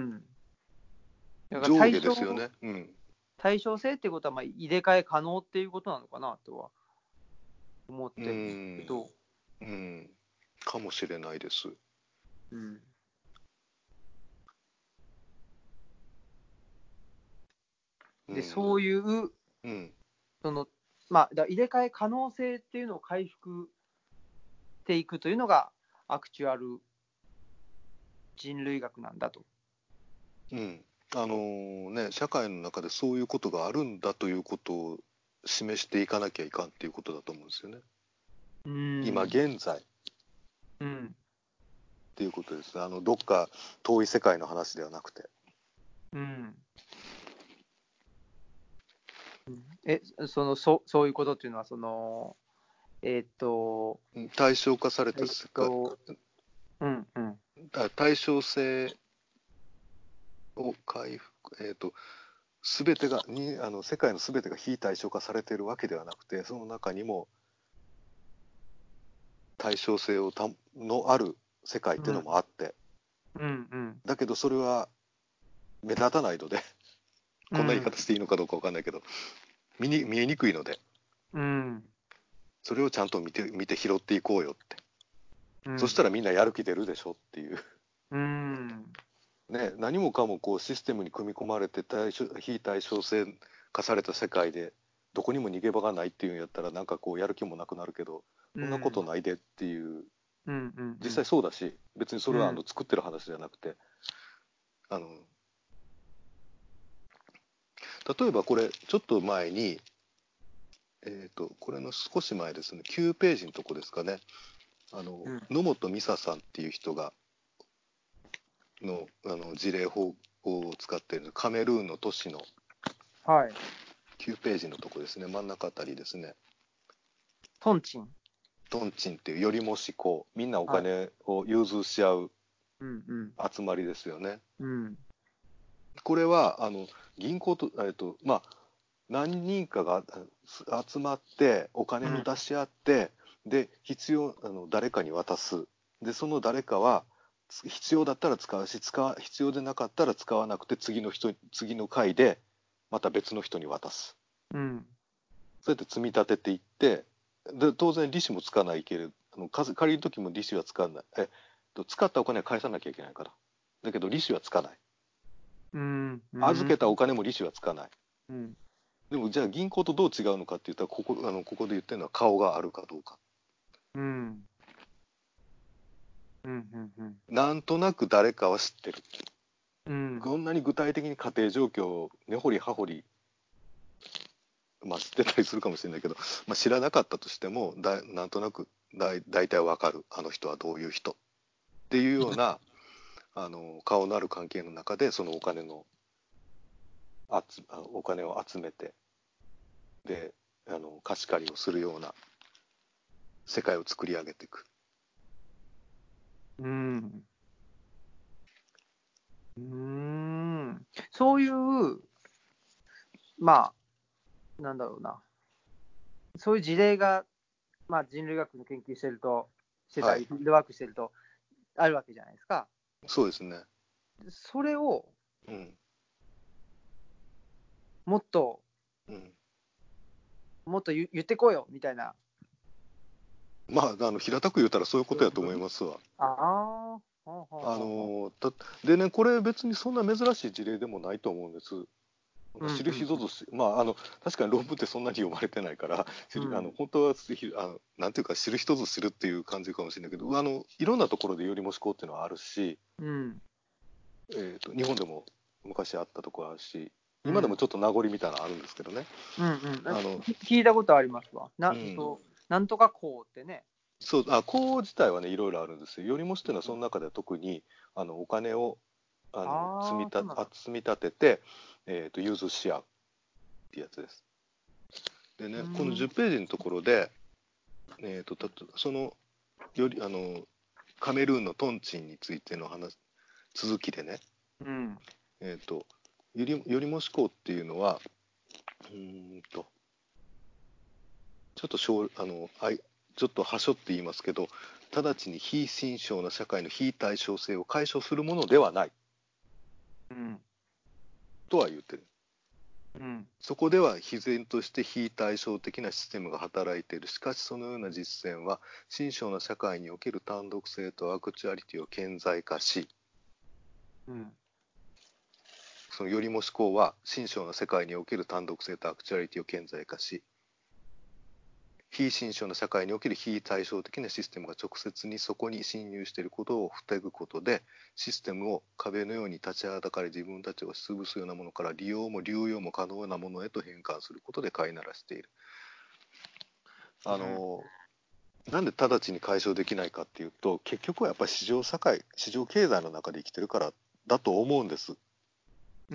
だから上下ですよね。 対称性っていうことは入れ替え可能っていうことなのかなとは思ってるんですけど。 かもしれないです。 でそういう、その入れ替え可能性っていうのを回復していくというのがアクチュアル人類学なんだと。 うん。社会の中でそういうことがあるんだということを示していかなきゃいかんっていうことだと思うんですよね。今現在っていうことです。どっか遠い世界の話ではなくて。 そういうことっていうのは対象化された世界、対称性を回復、全てが世界の全てが非対称化されているわけではなくて、その中にも対称性のある世界っていうのもあって、だけどそれは目立たないのでこんな言い方していいのかどうか分かんないけど、見えにくいので、それをちゃんと見て拾っていこうよって、そしたらみんなやる気出るでしょっていうね、何もかもこうシステムに組み込まれて非対称性化された世界でどこにも逃げ場がないっていうんやったら、なんかこうやる気もなくなるけど、そんなことないでっていう、実際そうだし、別にそれは作ってる話じゃなくて、例えばこれちょっと前に、これの少し前ですね、9ページのとこですかね、野本美沙さんっていう人がの事例法を使っているカメルーンの都市の9ページのとこですね、真ん中あたりですね。 トンチンっていうよりもしこうみんなお金を融通し合う集まりですよね。これは銀行と、何人かが集まってお金を出し合って、で誰かに渡す。でその誰かは必要だったら使うし、必要でなかったら使わなくて次の回でまた別の人に渡す。そうやって積み立てていって、で当然利子もつかないけれど、借りる時も利子はつかない。使ったお金は返さなきゃいけないから。だけど利子はつかない。預けたお金も利子はつかない。でもじゃあ銀行とどう違うのかって言ったら、ここで言ってるのは顔があるかどうか。なんとなく誰かは知ってる。こんなに具体的に家庭状況を根掘り葉掘り、知ってたりするかもしれないけど、知らなかったとしてもなんとなく大体わかる、あの人はどういう人っていうような顔のある関係の中で、そのお金を集めて、で貸し借りをするような世界を作り上げていく。 そういうなんだろうな、そういう事例が、人類学の研究してたり、フィールドワークしてるとあるわけじゃないですか。 そうですね。 それを、もっと言ってこいよみたいな。 平たく言うたらそういうことやと思いますわ。でね、これ別にそんな珍しい事例でもないと思うんです。知る人ぞ確かに論文ってそんなに読まれてないから、本当はなんていうか、知る人ぞ知るっていう感じかもしれないけど、いろんなところでよりもしこうっていうのはあるし、日本でも昔あったところあるし、今でもちょっと名残みたいなのあるんですけどね。 聞いたことありますわ。なんとかこうってね。 そう、こう自体はね、いろいろあるんですよ。よりもしっていうのはその中では特にお金を積み立てて、融通し合うってやつです。でね、この10ページのところで、そのカメルーンのトンチンについての続きでね、よりもしこうっていうのは、ちょっとはしょって言いますけど、直ちに非心象な社会の非対称性を解消するものではない、とは言ってる。そこでは必然として非対称的なシステムが働いている。しかしそのような実践は心象な社会における単独性とアクチュアリティを顕在化し、そのよりも思考は心象な世界における単独性とアクチュアリティを顕在化し、 非心象の社会における非対称的なシステムが直接にそこに侵入していることを防ぐことで、システムを壁のように立ちはだかり自分たちを潰すようなものから利用も流用も可能なものへと変換することで飼いならしている。なんで直ちに解消できないかっていうと、結局はやっぱり市場経済の中で生きてるからだと思うんです。 うん。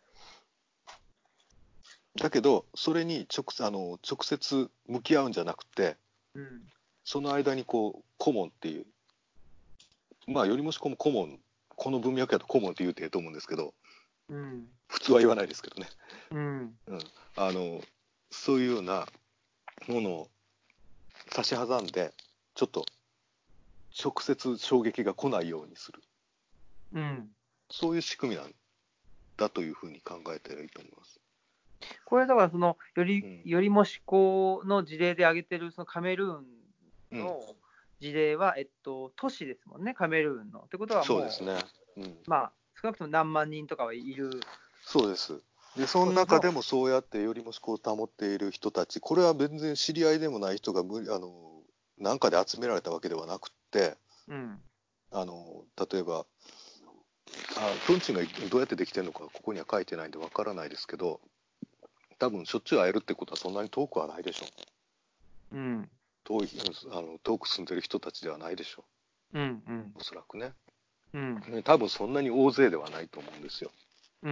だけどそれに直接向き合うんじゃなくて、 うん、 その間にこう顧問っていう、まあよりもしこも顧問、この文脈やと顧問って言うていいと思うんですけど、 うん、 普通は言わないですけどね、 うん、 そういうようなものを差し挟んで、ちょっと直接衝撃が来ないようにする、 うん。 そういう仕組みなんだというふうに考えていいと思います。 これだからよりもしこの事例で挙げてるそのカメルーンの事例は、都市ですもんね、カメルーンの。ってことはもう、 そうですね。 まあ、少なくとも何万人とかはいる。 そうです。で、その中でもそうやってよりもしこを保っている人たち、これは全然知り合いでもない人がなんかで集められたわけではなくて、 うん、 例えば、トンチンがどうやってできてるのかここには書いてないんでわからないですけど、多分しょっちゅう会えるってことはそんなに遠くはないでしょう。 うん、 遠く住んでる人たちではないでしょうん、うん、 う。おそらくね。 うん、 多分そんなに大勢ではないと思うんですよ。 うん、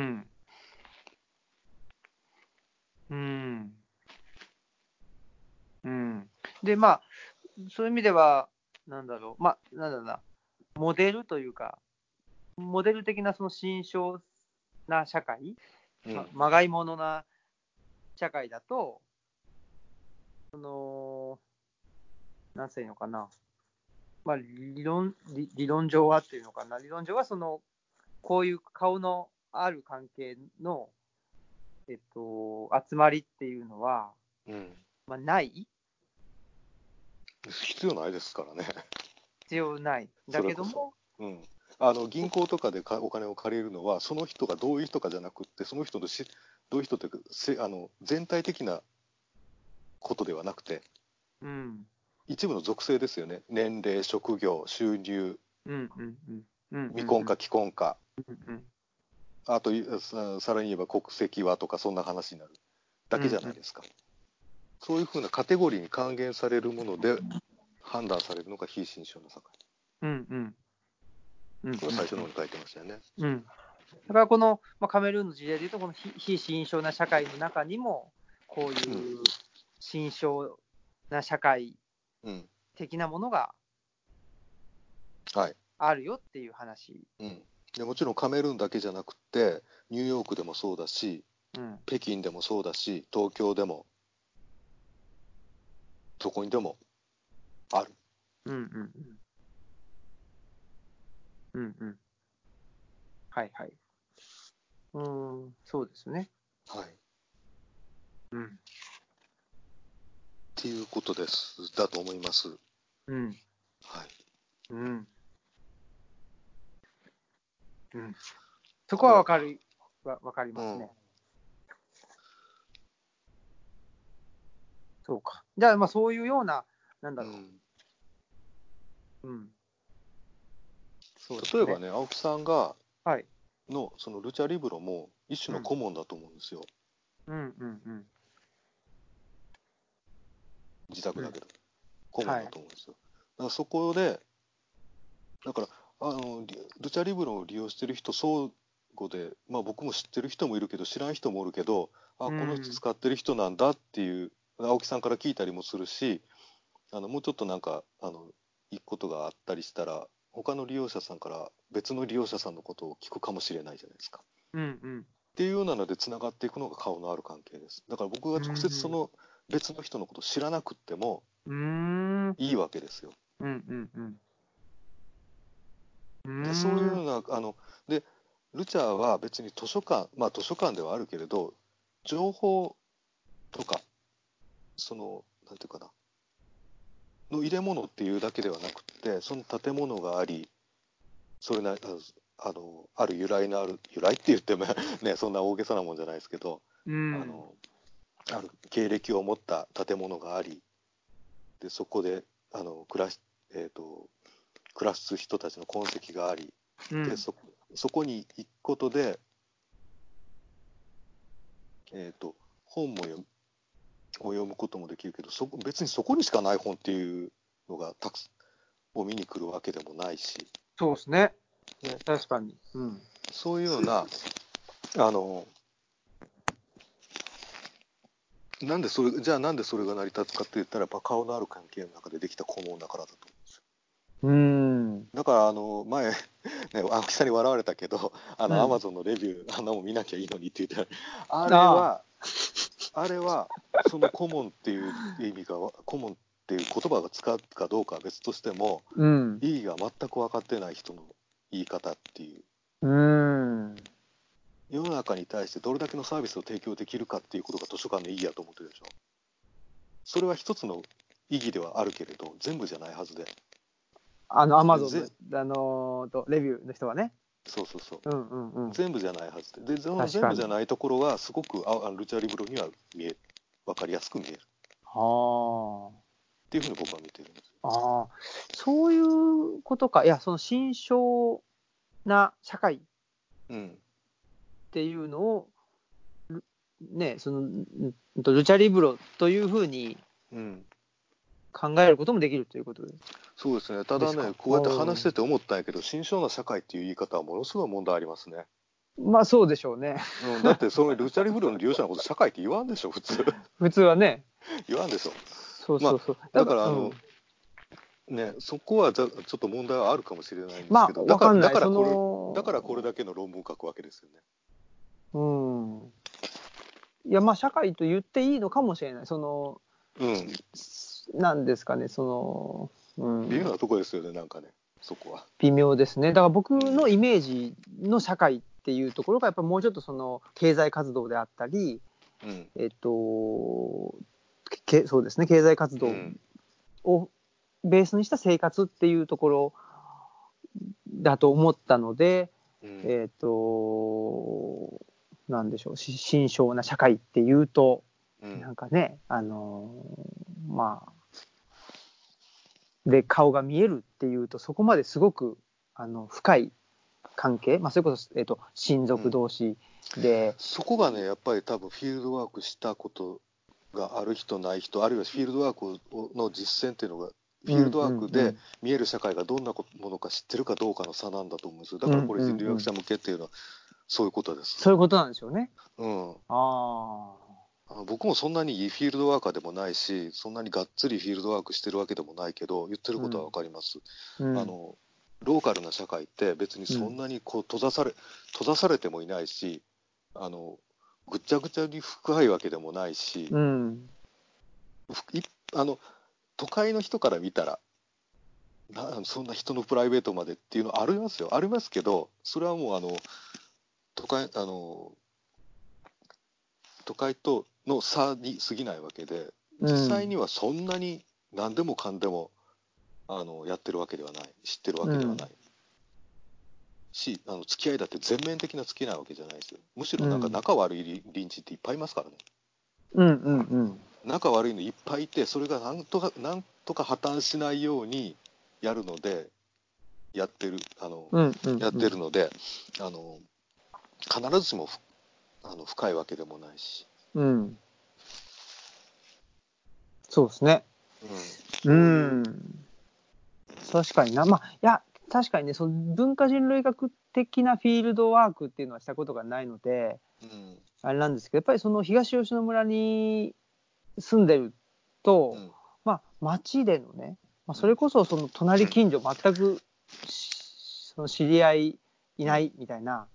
うん、うん。で、まあ、そういう意味では、なんだろう、まあ、なんだろうな、モデルというか、モデル的なその心象な社会、まがいものな社会だと、なんていうのかな、まあ、理論上はっていうのかな、理論上はこういう顔のある関係の、集まりっていうのは、まあ、ない必要ないですからね。 必要ない。だけども、 銀行とかでお金を借りるのは、その人がどういう人かじゃなくって、その人のどういう人というか全体的なことではなくて、 うん、 一部の属性ですよね。年齢、職業、収入、 うん、うん、うん、うん、 未婚か既婚か、 うん、 あとさらに言えば国籍はとか、そんな話になるだけじゃないですか。そういうふうなカテゴリーに還元されるもので判断されるのが非心象の境。 うん、うん、 これは最初の方に書いてましたよね。 うん。だからこの、まあ、カメルーンの事例でいうと、この非心象な社会の中にも、こういう心象な社会的なものがあるよっていう話。 でもちろんカメルーンだけじゃなくて、ニューヨークでもそうだし、 うん北京でもそうだし、東京でも、どこにでもある。 うんうんうんうんうん。はいはい。そうですね。 はい。っうん。 ていうことだと思います。 うん。 はい。 うん。うん。そこはわかりますね。そうか。じゃあ、まあそういうような、なんだろう。そうですね。 例えばね、青木さんが、 はい。 そのルチャリブロも一種の顧問だと思うんですよ。自宅だけど。顧問だと思うんですよ。だからそこで、だから、ルチャリブロを利用してる人、相互で、まあ僕も知ってる人もいるけど、知らん人もおるけど、この人使ってる人なんだっていう、青木さんから聞いたりもするし、もうちょっとなんか、いいことがあったりしたら、他の利用者さんから別の利用者さんのことを聞くかもしれないじゃないですか。っていうようなのでつながっていくのが顔のある関係です。だから僕が直接その別の人のことを知らなくってもいいわけですよ。そういうようなでルチャーは別に図書館ではあるけれど、情報とかなんていうかなの入れ物っていうだけではなくて、その建物があり、それなある由来って言ってもね、そんな大げさなもんじゃないですけど、ある経歴を持った建物があり、 でそこで暮らす人たちの痕跡があり、でそこに行くことで、本も読むこともできるけど、別にそこにしかない本っていうのがたくさんを見に来るわけでもないし。 そうですね。確かに。 そういうようななんでそれが成り立つかって言ったら、やっぱ顔のある関係の中でできた顧問だからだと思うんですよ。だから前、ね、青木さんに笑われたけど、アマゾンのレビューも見なきゃいいのにって言ってあれはその顧問っていう意味が、顧問っていう言葉が使うかどうかは別としても、意義が全く分かってない人の言い方っていう。世の中に対してどれだけのサービスを提供できるかっていうことが図書館の意義やと思ってるでしょ。それは一つの意義ではあるけれど、全部じゃないはずで。 アマゾンの、レビューの人はね。 そう。全部じゃないはずで。で、その全部じゃないところは、すごくルチャリブロには分かりやすく見える。っていうふうに僕は見てるんです。 そういうことか。いや、その心象な社会っていうのを、ね、そのルチャリブロというふうに考えることもできるということで。 そうですね。ただね、こうやって話してて思ったんやけど、心象な社会っていう言い方はものすごい問題ありますね。 まあそうでしょうね。 だってそのルチャリブロの利用者のこと社会って言わんでしょ、普通。 普通はね。 言わんでしょ。 そう。 だからね、そこはちょっと問題はあるかもしれないんですけど、 だからこれだけの論文書くわけですよね。 いや、まあ社会と言っていいのかもしれない。なんですかね、 微妙なとこですよね、なんかね、そこは。 微妙ですね。だから僕のイメージの社会っていうところが、やっぱりもうちょっと経済活動であったり、そうですね、経済活動をベースにした生活っていうところだと思ったので、なんでしょう、心象な社会っていうと、なんかね、まあ、で、顔が見えるっていうと、そこまですごく深い関係、それこそ、親族同士で、 そこがね、やっぱり多分フィールドワークしたことがある人ない人、あるいはフィールドワークの実践っていうのが、フィールドワークで見える社会がどんなものか知ってるかどうかの差なんだと思うんですよ。だからこれ人類学者向けっていうのはそういうことです。 そういうことなんですよね。 僕もそんなにいいフィールドワーカーでもないし、そんなにがっつりフィールドワークしてるわけでもないけど、言ってることは分かります。ローカルな社会って別にそんなにこう閉ざされてもいないし、ぐちゃぐちゃに深いわけでもないし、都会の人から見たらそんな人のプライベートまでっていうのありますよ。ありますけど、それはもう都会との差に過ぎないわけで、実際にはそんなに何でもかんでもやってるわけではない、知ってるわけではない、し、付き合いだって全面的な付き合いなわけじゃないですよ。むしろなんか仲悪い隣人っていっぱいいますからね。仲悪いのいっぱいいて、それがなんとか破綻しないようにやるので、やってるので、必ずしも深いわけでもないし。 そうですね。確かにな。いや、確かにね、その文化人類学的なフィールドワークっていうのはしたことがないので、あれなんですけど、やっぱりその東吉野村に住んでると、町でのね、それこそその隣近所全くその知り合いいないみたいな、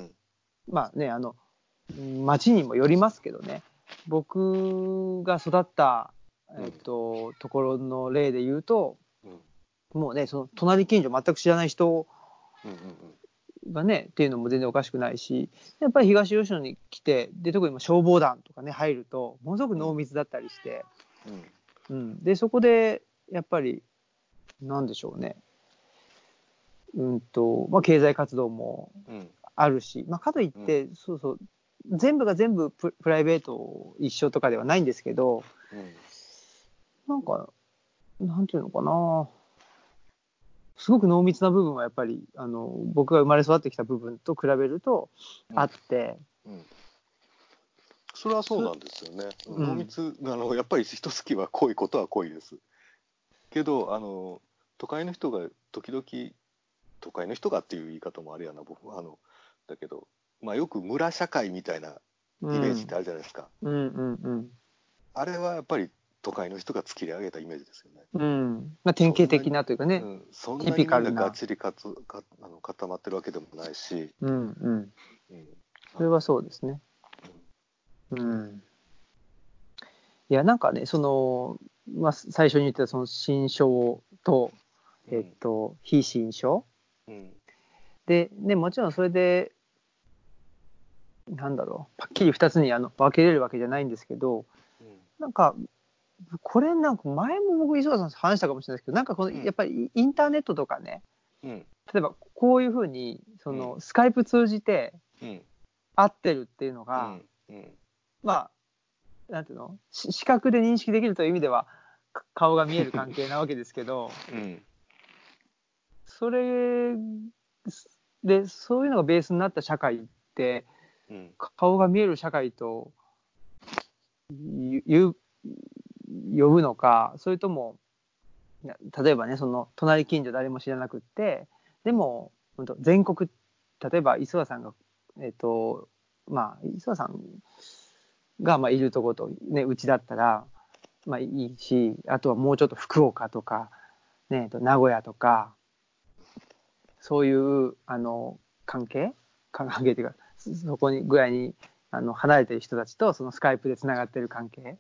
町にもよりますけどね、僕が育ったところの例で言うと、もうね、その隣近所全く知らない人がね、っていうのも全然おかしくないし、やっぱり東吉野に来て、で特に消防団とかね入るとものすごく濃密だったりして、でそこでやっぱりなんでしょうね、経済活動もあるし、かといって、全部が全部プライベート一緒とかではないんですけど、なんかなんていうのかな、すごく濃密な部分はやっぱり僕が生まれ育ってきた部分と比べるとあって、 それはそうなんですよね。濃密やっぱり一月は濃いことは濃いですけど、都会の人が時々、都会の人がっていう言い方もあれやな、僕だけど、よく村社会みたいなイメージってあるじゃないですか。あれはやっぱり都会の人が作り上げたイメージですよね。 典型的なというかね、 そんなにみんながっちり固まってるわけでもないし、 それはそうですね。いや、なんかね、最初に言ってたその心象と、非心象、で、ね、もちろんそれでなんだろう、はっきり2つに分けれるわけじゃないんですけど、なんかこれなんか前も僕磯田さんと話したかもしれないですけど、なんかやっぱりインターネットとかね、例えばこういうふうにスカイプ通じて会ってるっていうのが、なんていうの、視覚で認識できるという意味では顔が見える関係なわけですけど、それでそういうのがベースになった社会って、顔が見える社会と呼ぶのか、それとも例えばね、隣近所誰も知らなくって、でも全国、例えば磯田さんが磯田さんがいるとことね、うちだったらいいし、あとはもうちょっと福岡とかね、名古屋とか、そういう関係っていうか、そこにぐらいに離れてる人たちとそのスカイプでつながってる関係、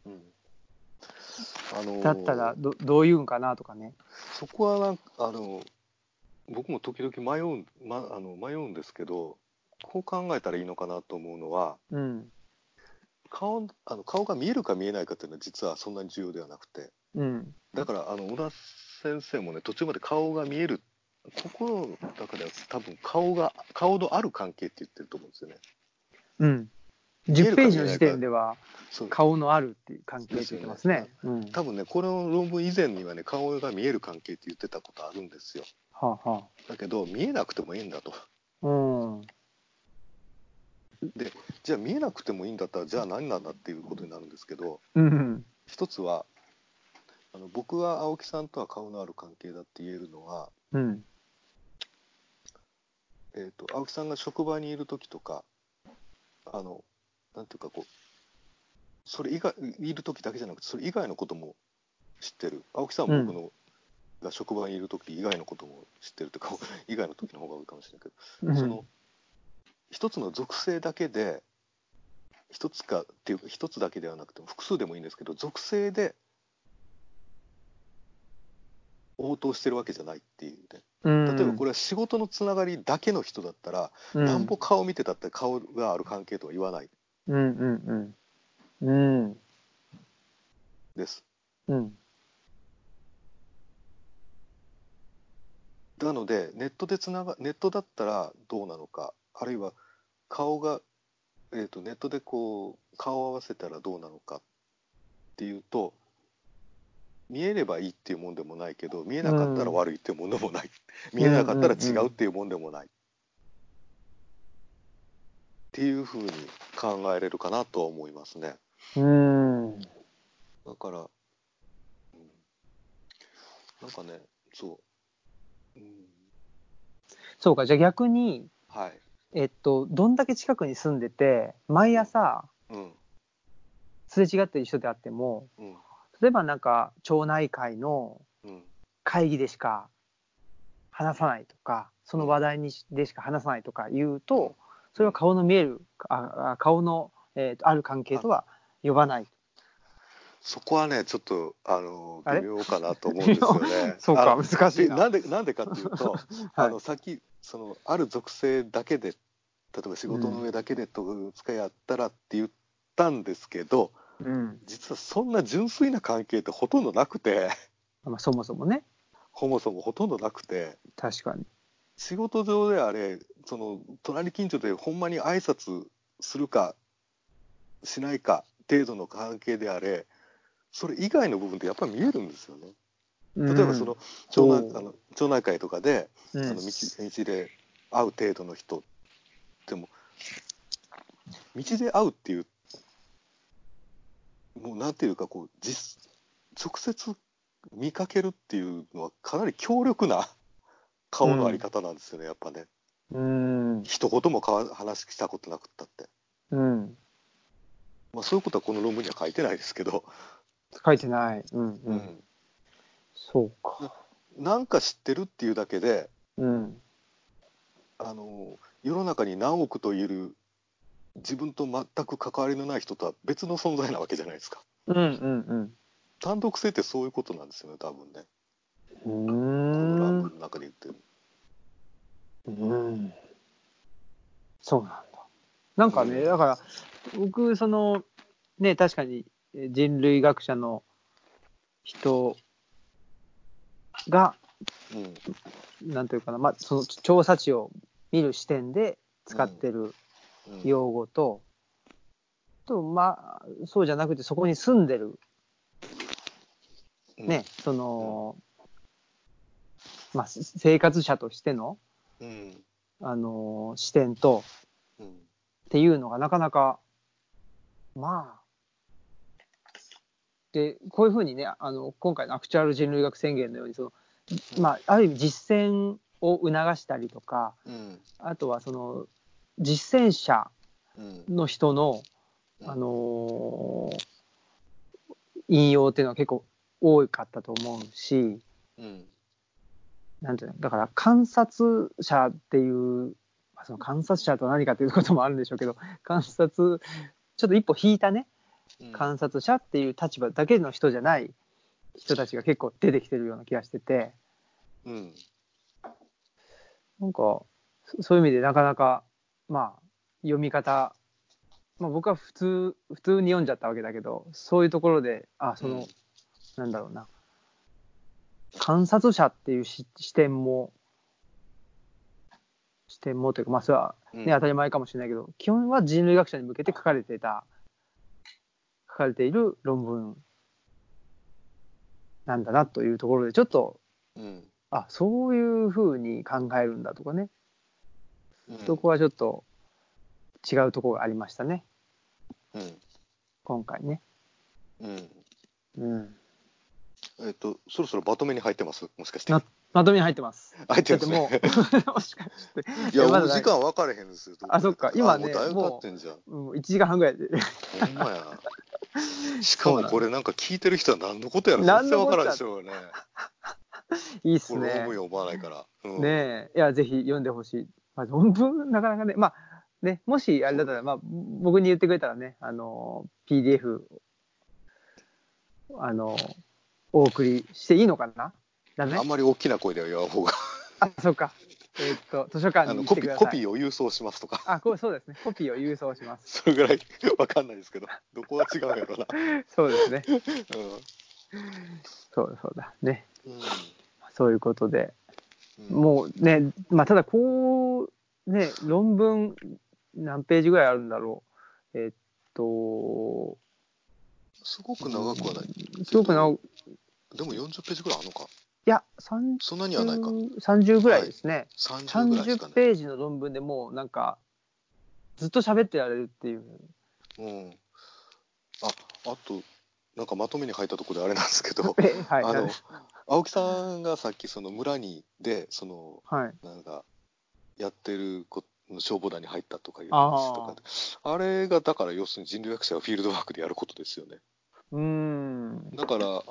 だったらどういうんかなとかね。 そこは僕も時々迷うんですけど、こう考えたらいいのかなと思うのは、顔が見えるか見えないかっていうのは実はそんなに重要ではなくて、だから小田先生もね、途中まで顔が見える、心の中では多分顔のある関係って言ってると思うんですよね。 10ページの時点では顔のあるっていう関係って言ってますね。 多分ね、この論文以前にはね、顔が見える関係って言ってたことあるんですよ。だけど見えなくてもいいんだと。で、じゃあ見えなくてもいいんだったらじゃあ何なんだっていうことになるんですけど、一つは僕は青木さんとは顔のある関係だって言えるのは、青木さんが職場にいる時とかなんていうかそれ以外いる時だけじゃなくてそれ以外のことも知ってる。青木さんは僕の、が職場にいる時以外のことも知ってるというか以外の時の方が多いかもしれないけど、その一つの属性だけで一つだけではなくても複数でもいいんですけど、属性で応答してるわけじゃないっていうね。例えばこれは仕事のつながりだけの人だったら、なんぼ顔見てたって顔がある関係とは言わないです。なのでネットだったらどうなのか、あるいは顔が、ネットでこう顔を合わせたらどうなのかっていうと、見えればいいっていうもんでもないけど、見えなかったら悪いっていうもんでもない、見えなかったら違うっていうもんでもないっていうふうに考えれるかなとは思いますね。だから、なんかね、 そうか、じゃあ逆に、どんだけ近くに住んでて毎朝すれ違ってる人であっても、例えばなんか町内会の会議でしか話さないとか、その話題でしか話さないとか言うと、それは顔の見える顔の、ある関係とは呼ばない。 そこはねちょっと微妙かなと思うんですよね。 そうか、難しいな。 なんでかっていうと、さっきある属性だけで、例えば仕事の上だけでと使い合ったらって言ったんですけど、実はそんな純粋な関係ってほとんどなくてそもそもね、 そもそもほとんどなくて、 確かに仕事上であれ、隣近所でほんまに挨拶するかしないか程度の関係であれ、それ以外の部分ってやっぱり見えるんですよね。 例えばその町内会とかで、道で会う程度の人でも、道で会うっていう、もうなんていうかこう直接見かけるっていうのはかなり強力な顔のあり方なんですよね、やっぱね。一言も話したことなくったって。まあ、そういうことはこの論文には書いてないですけど。 書いてない。そうか。 なんか知ってるっていうだけで、世の中に何億といる自分と全く関わりのない人とは別の存在なわけじゃないですか。単独性ってそういうことなんですよね、多分ね。この論文の中で言ってる。 そうなんだ。なんかね、だから僕確かに人類学者の人が、なんというかな、その調査地を見る視点で使ってる用語と、そうじゃなくてそこに住んでる生活者としての、視点と、っていうのがなかなかでこういうふうにね、今回のアクチュアル人類学宣言のようにある意味実践を促したりとか、あとはその実践者の人の、引用っていうのは結構多かったと思うし、なんていうの、だから観察者っていう、その観察者とは何かということもあるんでしょうけど、ちょっと一歩引いたね、観察者っていう立場だけの人じゃない人たちが結構出てきてるような気がしてて、なんかそういう意味でなかなか読み方、僕は普通に読んじゃったわけだけど、そういうところでなんだろうな、観察者っていう視点もというか、それはね、当たり前かもしれないけど、基本は人類学者に向けて書かれている論文なんだなというところで、ちょっと、そういうふうに考えるんだとかね、そこはちょっと違うところがありましたね、今回ね。 そろそろまとめに入ってます？もしかして。 まとめに入ってます。 入ってますね。 だってもうもしかして。 いや、もう時間分かれへんですよ。 そっか。今ね、もう1時間半ぐらいで。 ほんまや。しかもこれなんか聞いてる人は何のことやら全然分からんでしょうよね。 いいっすね。 論文読まないから。 ねえ、いや、ぜひ読んでほしい。論文、なかなかね、もしあれだったら、僕に言ってくれたらね、PDF、お送りしていいのかな？ あんまり大きな声では言わん方が。 そうか。図書館に行ってください。 コピーを郵送しますとか。 そうですね。コピーを郵送します。 それぐらいわかんないですけど、どこは違うんやろな。 そうですね。そうだね。そういうことで、もうね、ただこうね、論文何ページぐらいあるんだろう。 すごく長くはないすごく長く。 でも40ページぐらいあるのか。 いや、 そんなにはないか。 30ぐらいですね。 30ぐらいですかね。 30ページの論文でもうなんかずっと喋ってられるっていう。 あとなんかまとめに書いたところであれなんですけど、青木さんがさっきその村にでなんかやってる消防団に入ったとかいう話とか、あれがだから要するに人類学者がフィールドワークでやることですよね。だから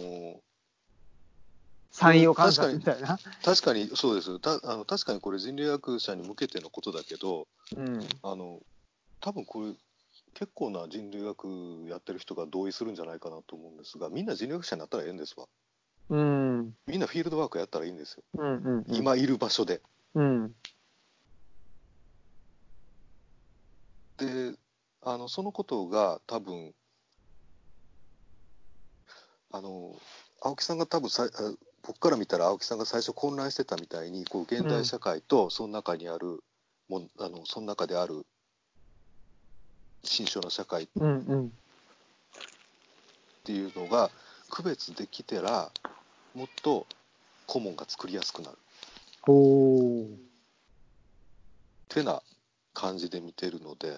山陽観察みたいな。 確かにそうです。確かにこれ人類学者に向けてのことだけど、多分これ結構な人類学やってる人が同意するんじゃないかなと思うんですが、みんな人類学者になったらええんですわ。みんなフィールドワークやったらいいんですよ。今いる場所で。で、そのことが多分青木さんが多分僕から見たら青木さんが最初混乱してたみたいに現代社会とその中にあるその中である心象の社会っていうのが区別できてらもっと顧問が作りやすくなる。てな感じで見てるので、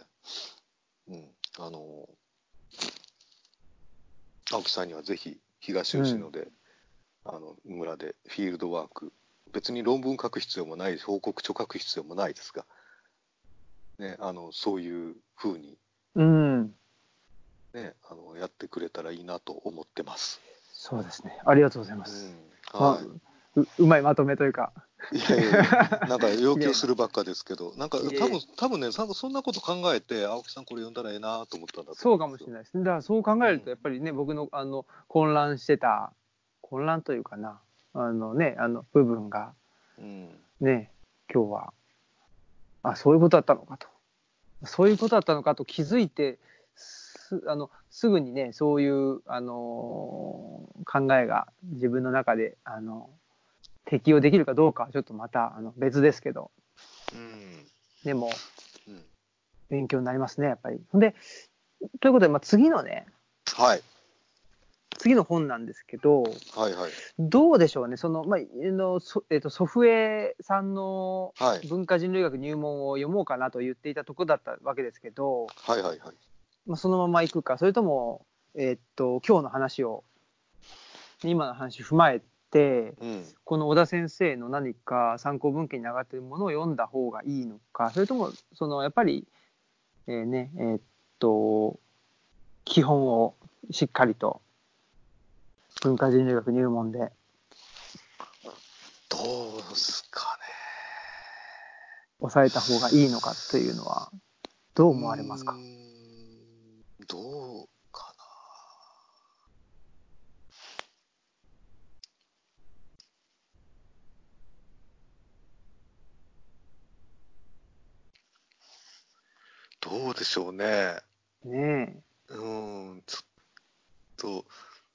青木さんにはぜひ東吉野で、村でフィールドワーク、別に論文書く必要もないし報告書書く必要もないですが、ね、そういうふうに、ね、やってくれたらいいなと思ってます。 そうですね、ありがとうございます。はい、うまいまとめというか。 いやいやいや、なんか要求するばっかですけど、なんか多分ね、そんなこと考えて、青木さんこれ読んだらええなと思ったんだと思うんですよ。 そうかもしれないですね。だからそう考えると、やっぱりね、僕の混乱というかな、部分が、ね、今日は、そういうことだったのかと。そういうことだったのかと気づいて、すぐにね、そういう、考えが自分の中で、適用できるかどうかはちょっとまた別ですけど、でも、勉強になりますね、やっぱり。で、ということで、次のね、次の本なんですけど、どうでしょうね、ソフエさんの文化人類学入門を読もうかなと言っていたところだったわけですけど、そのまま行くか、それとも、今日の話を、今の話を踏まえて、この小田先生の何か参考文献に上がっているものを読んだ方がいいのか、それともやっぱり、基本をしっかりと文化人類学入門で。 どうすかね。 抑えた方がいいのかというのはどう思われますか？ どうかな。どうでしょうね。 ねえ。 ちょっと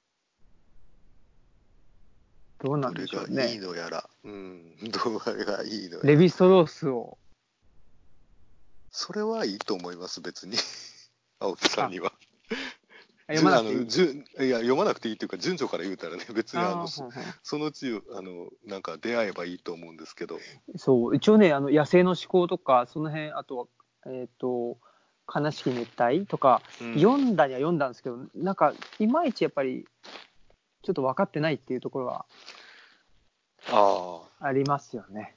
どうなんでしょうね。 どれがいいのやら、どれがいいのやら。 レヴィストロースを。 それはいいと思います、別に。青木さんには。 読まなくていい？ いや、読まなくていいっていうか、順序から言うたらね、別にそのうちなんか出会えばいいと思うんですけど。 そう、一応ね、野生の思考とか、その辺、あとは、悲しき熱帯とか、読んだには読んだんですけど、なんか、いまいちやっぱり、ちょっと分かってないっていうところは、ありますよね。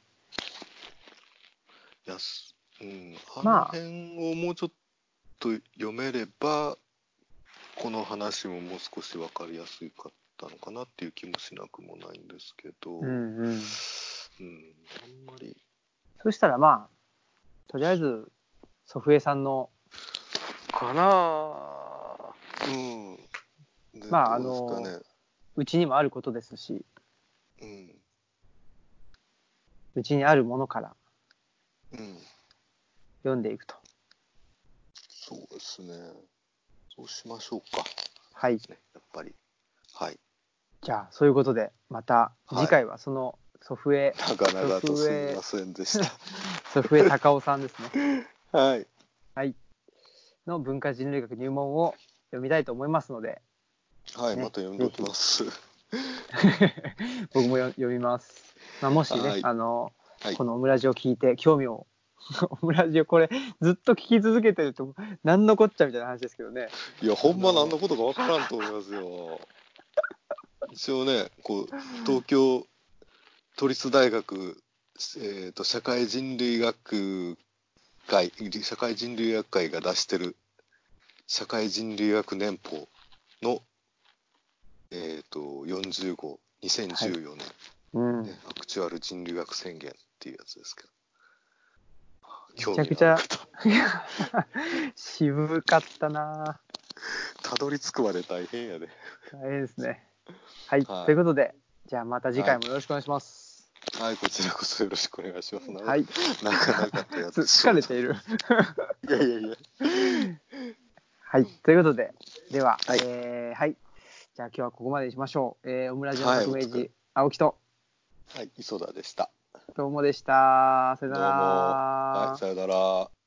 あの辺をもうちょっと読めれば、この話ももう少し分かりやすかったのかなっていう気もしなくもないんですけど、あんまり。 そしたらとりあえず祖父江さんのかな。 うちにもあることですし、うちにあるものから読んでいくと。 そうですね。そうしましょうか。 はい。 やっぱり。はい。 じゃあそういうことで、また次回はその祖父江、 長々とすみませんでした。 祖父江隆夫さんですね。 はい。 はい。の文化人類学入門を読みたいと思いますので。 はい、また読んでおきます。 僕も読みます。もしね、このオムラジを聞いて興味をオムラジオこれずっと聞き続けてると何のこっちゃみたいな話ですけどね。 いや、ほんま何のことか分からんと思いますよ。一応ね、東京都立大学、社会人類学会が出してる社会人類学年報の、40号2014年、アクチュアル人類学宣言っていうやつですけど、 めちゃくちゃ渋かったな。 たどり着くまで大変やで。 大変ですね。はい、ということで、じゃあまた次回もよろしくお願いします。 はい、こちらこそよろしくお願いします。 はい、 なかなかとやって疲れている。 いやいやいや。 はい、ということで、では、はい、じゃあ今日はここまでにしましょう。オムラジの革命児、青木と、 はい、磯田でした。 どうもでした。さよなら。 どうも、はい、さよなら。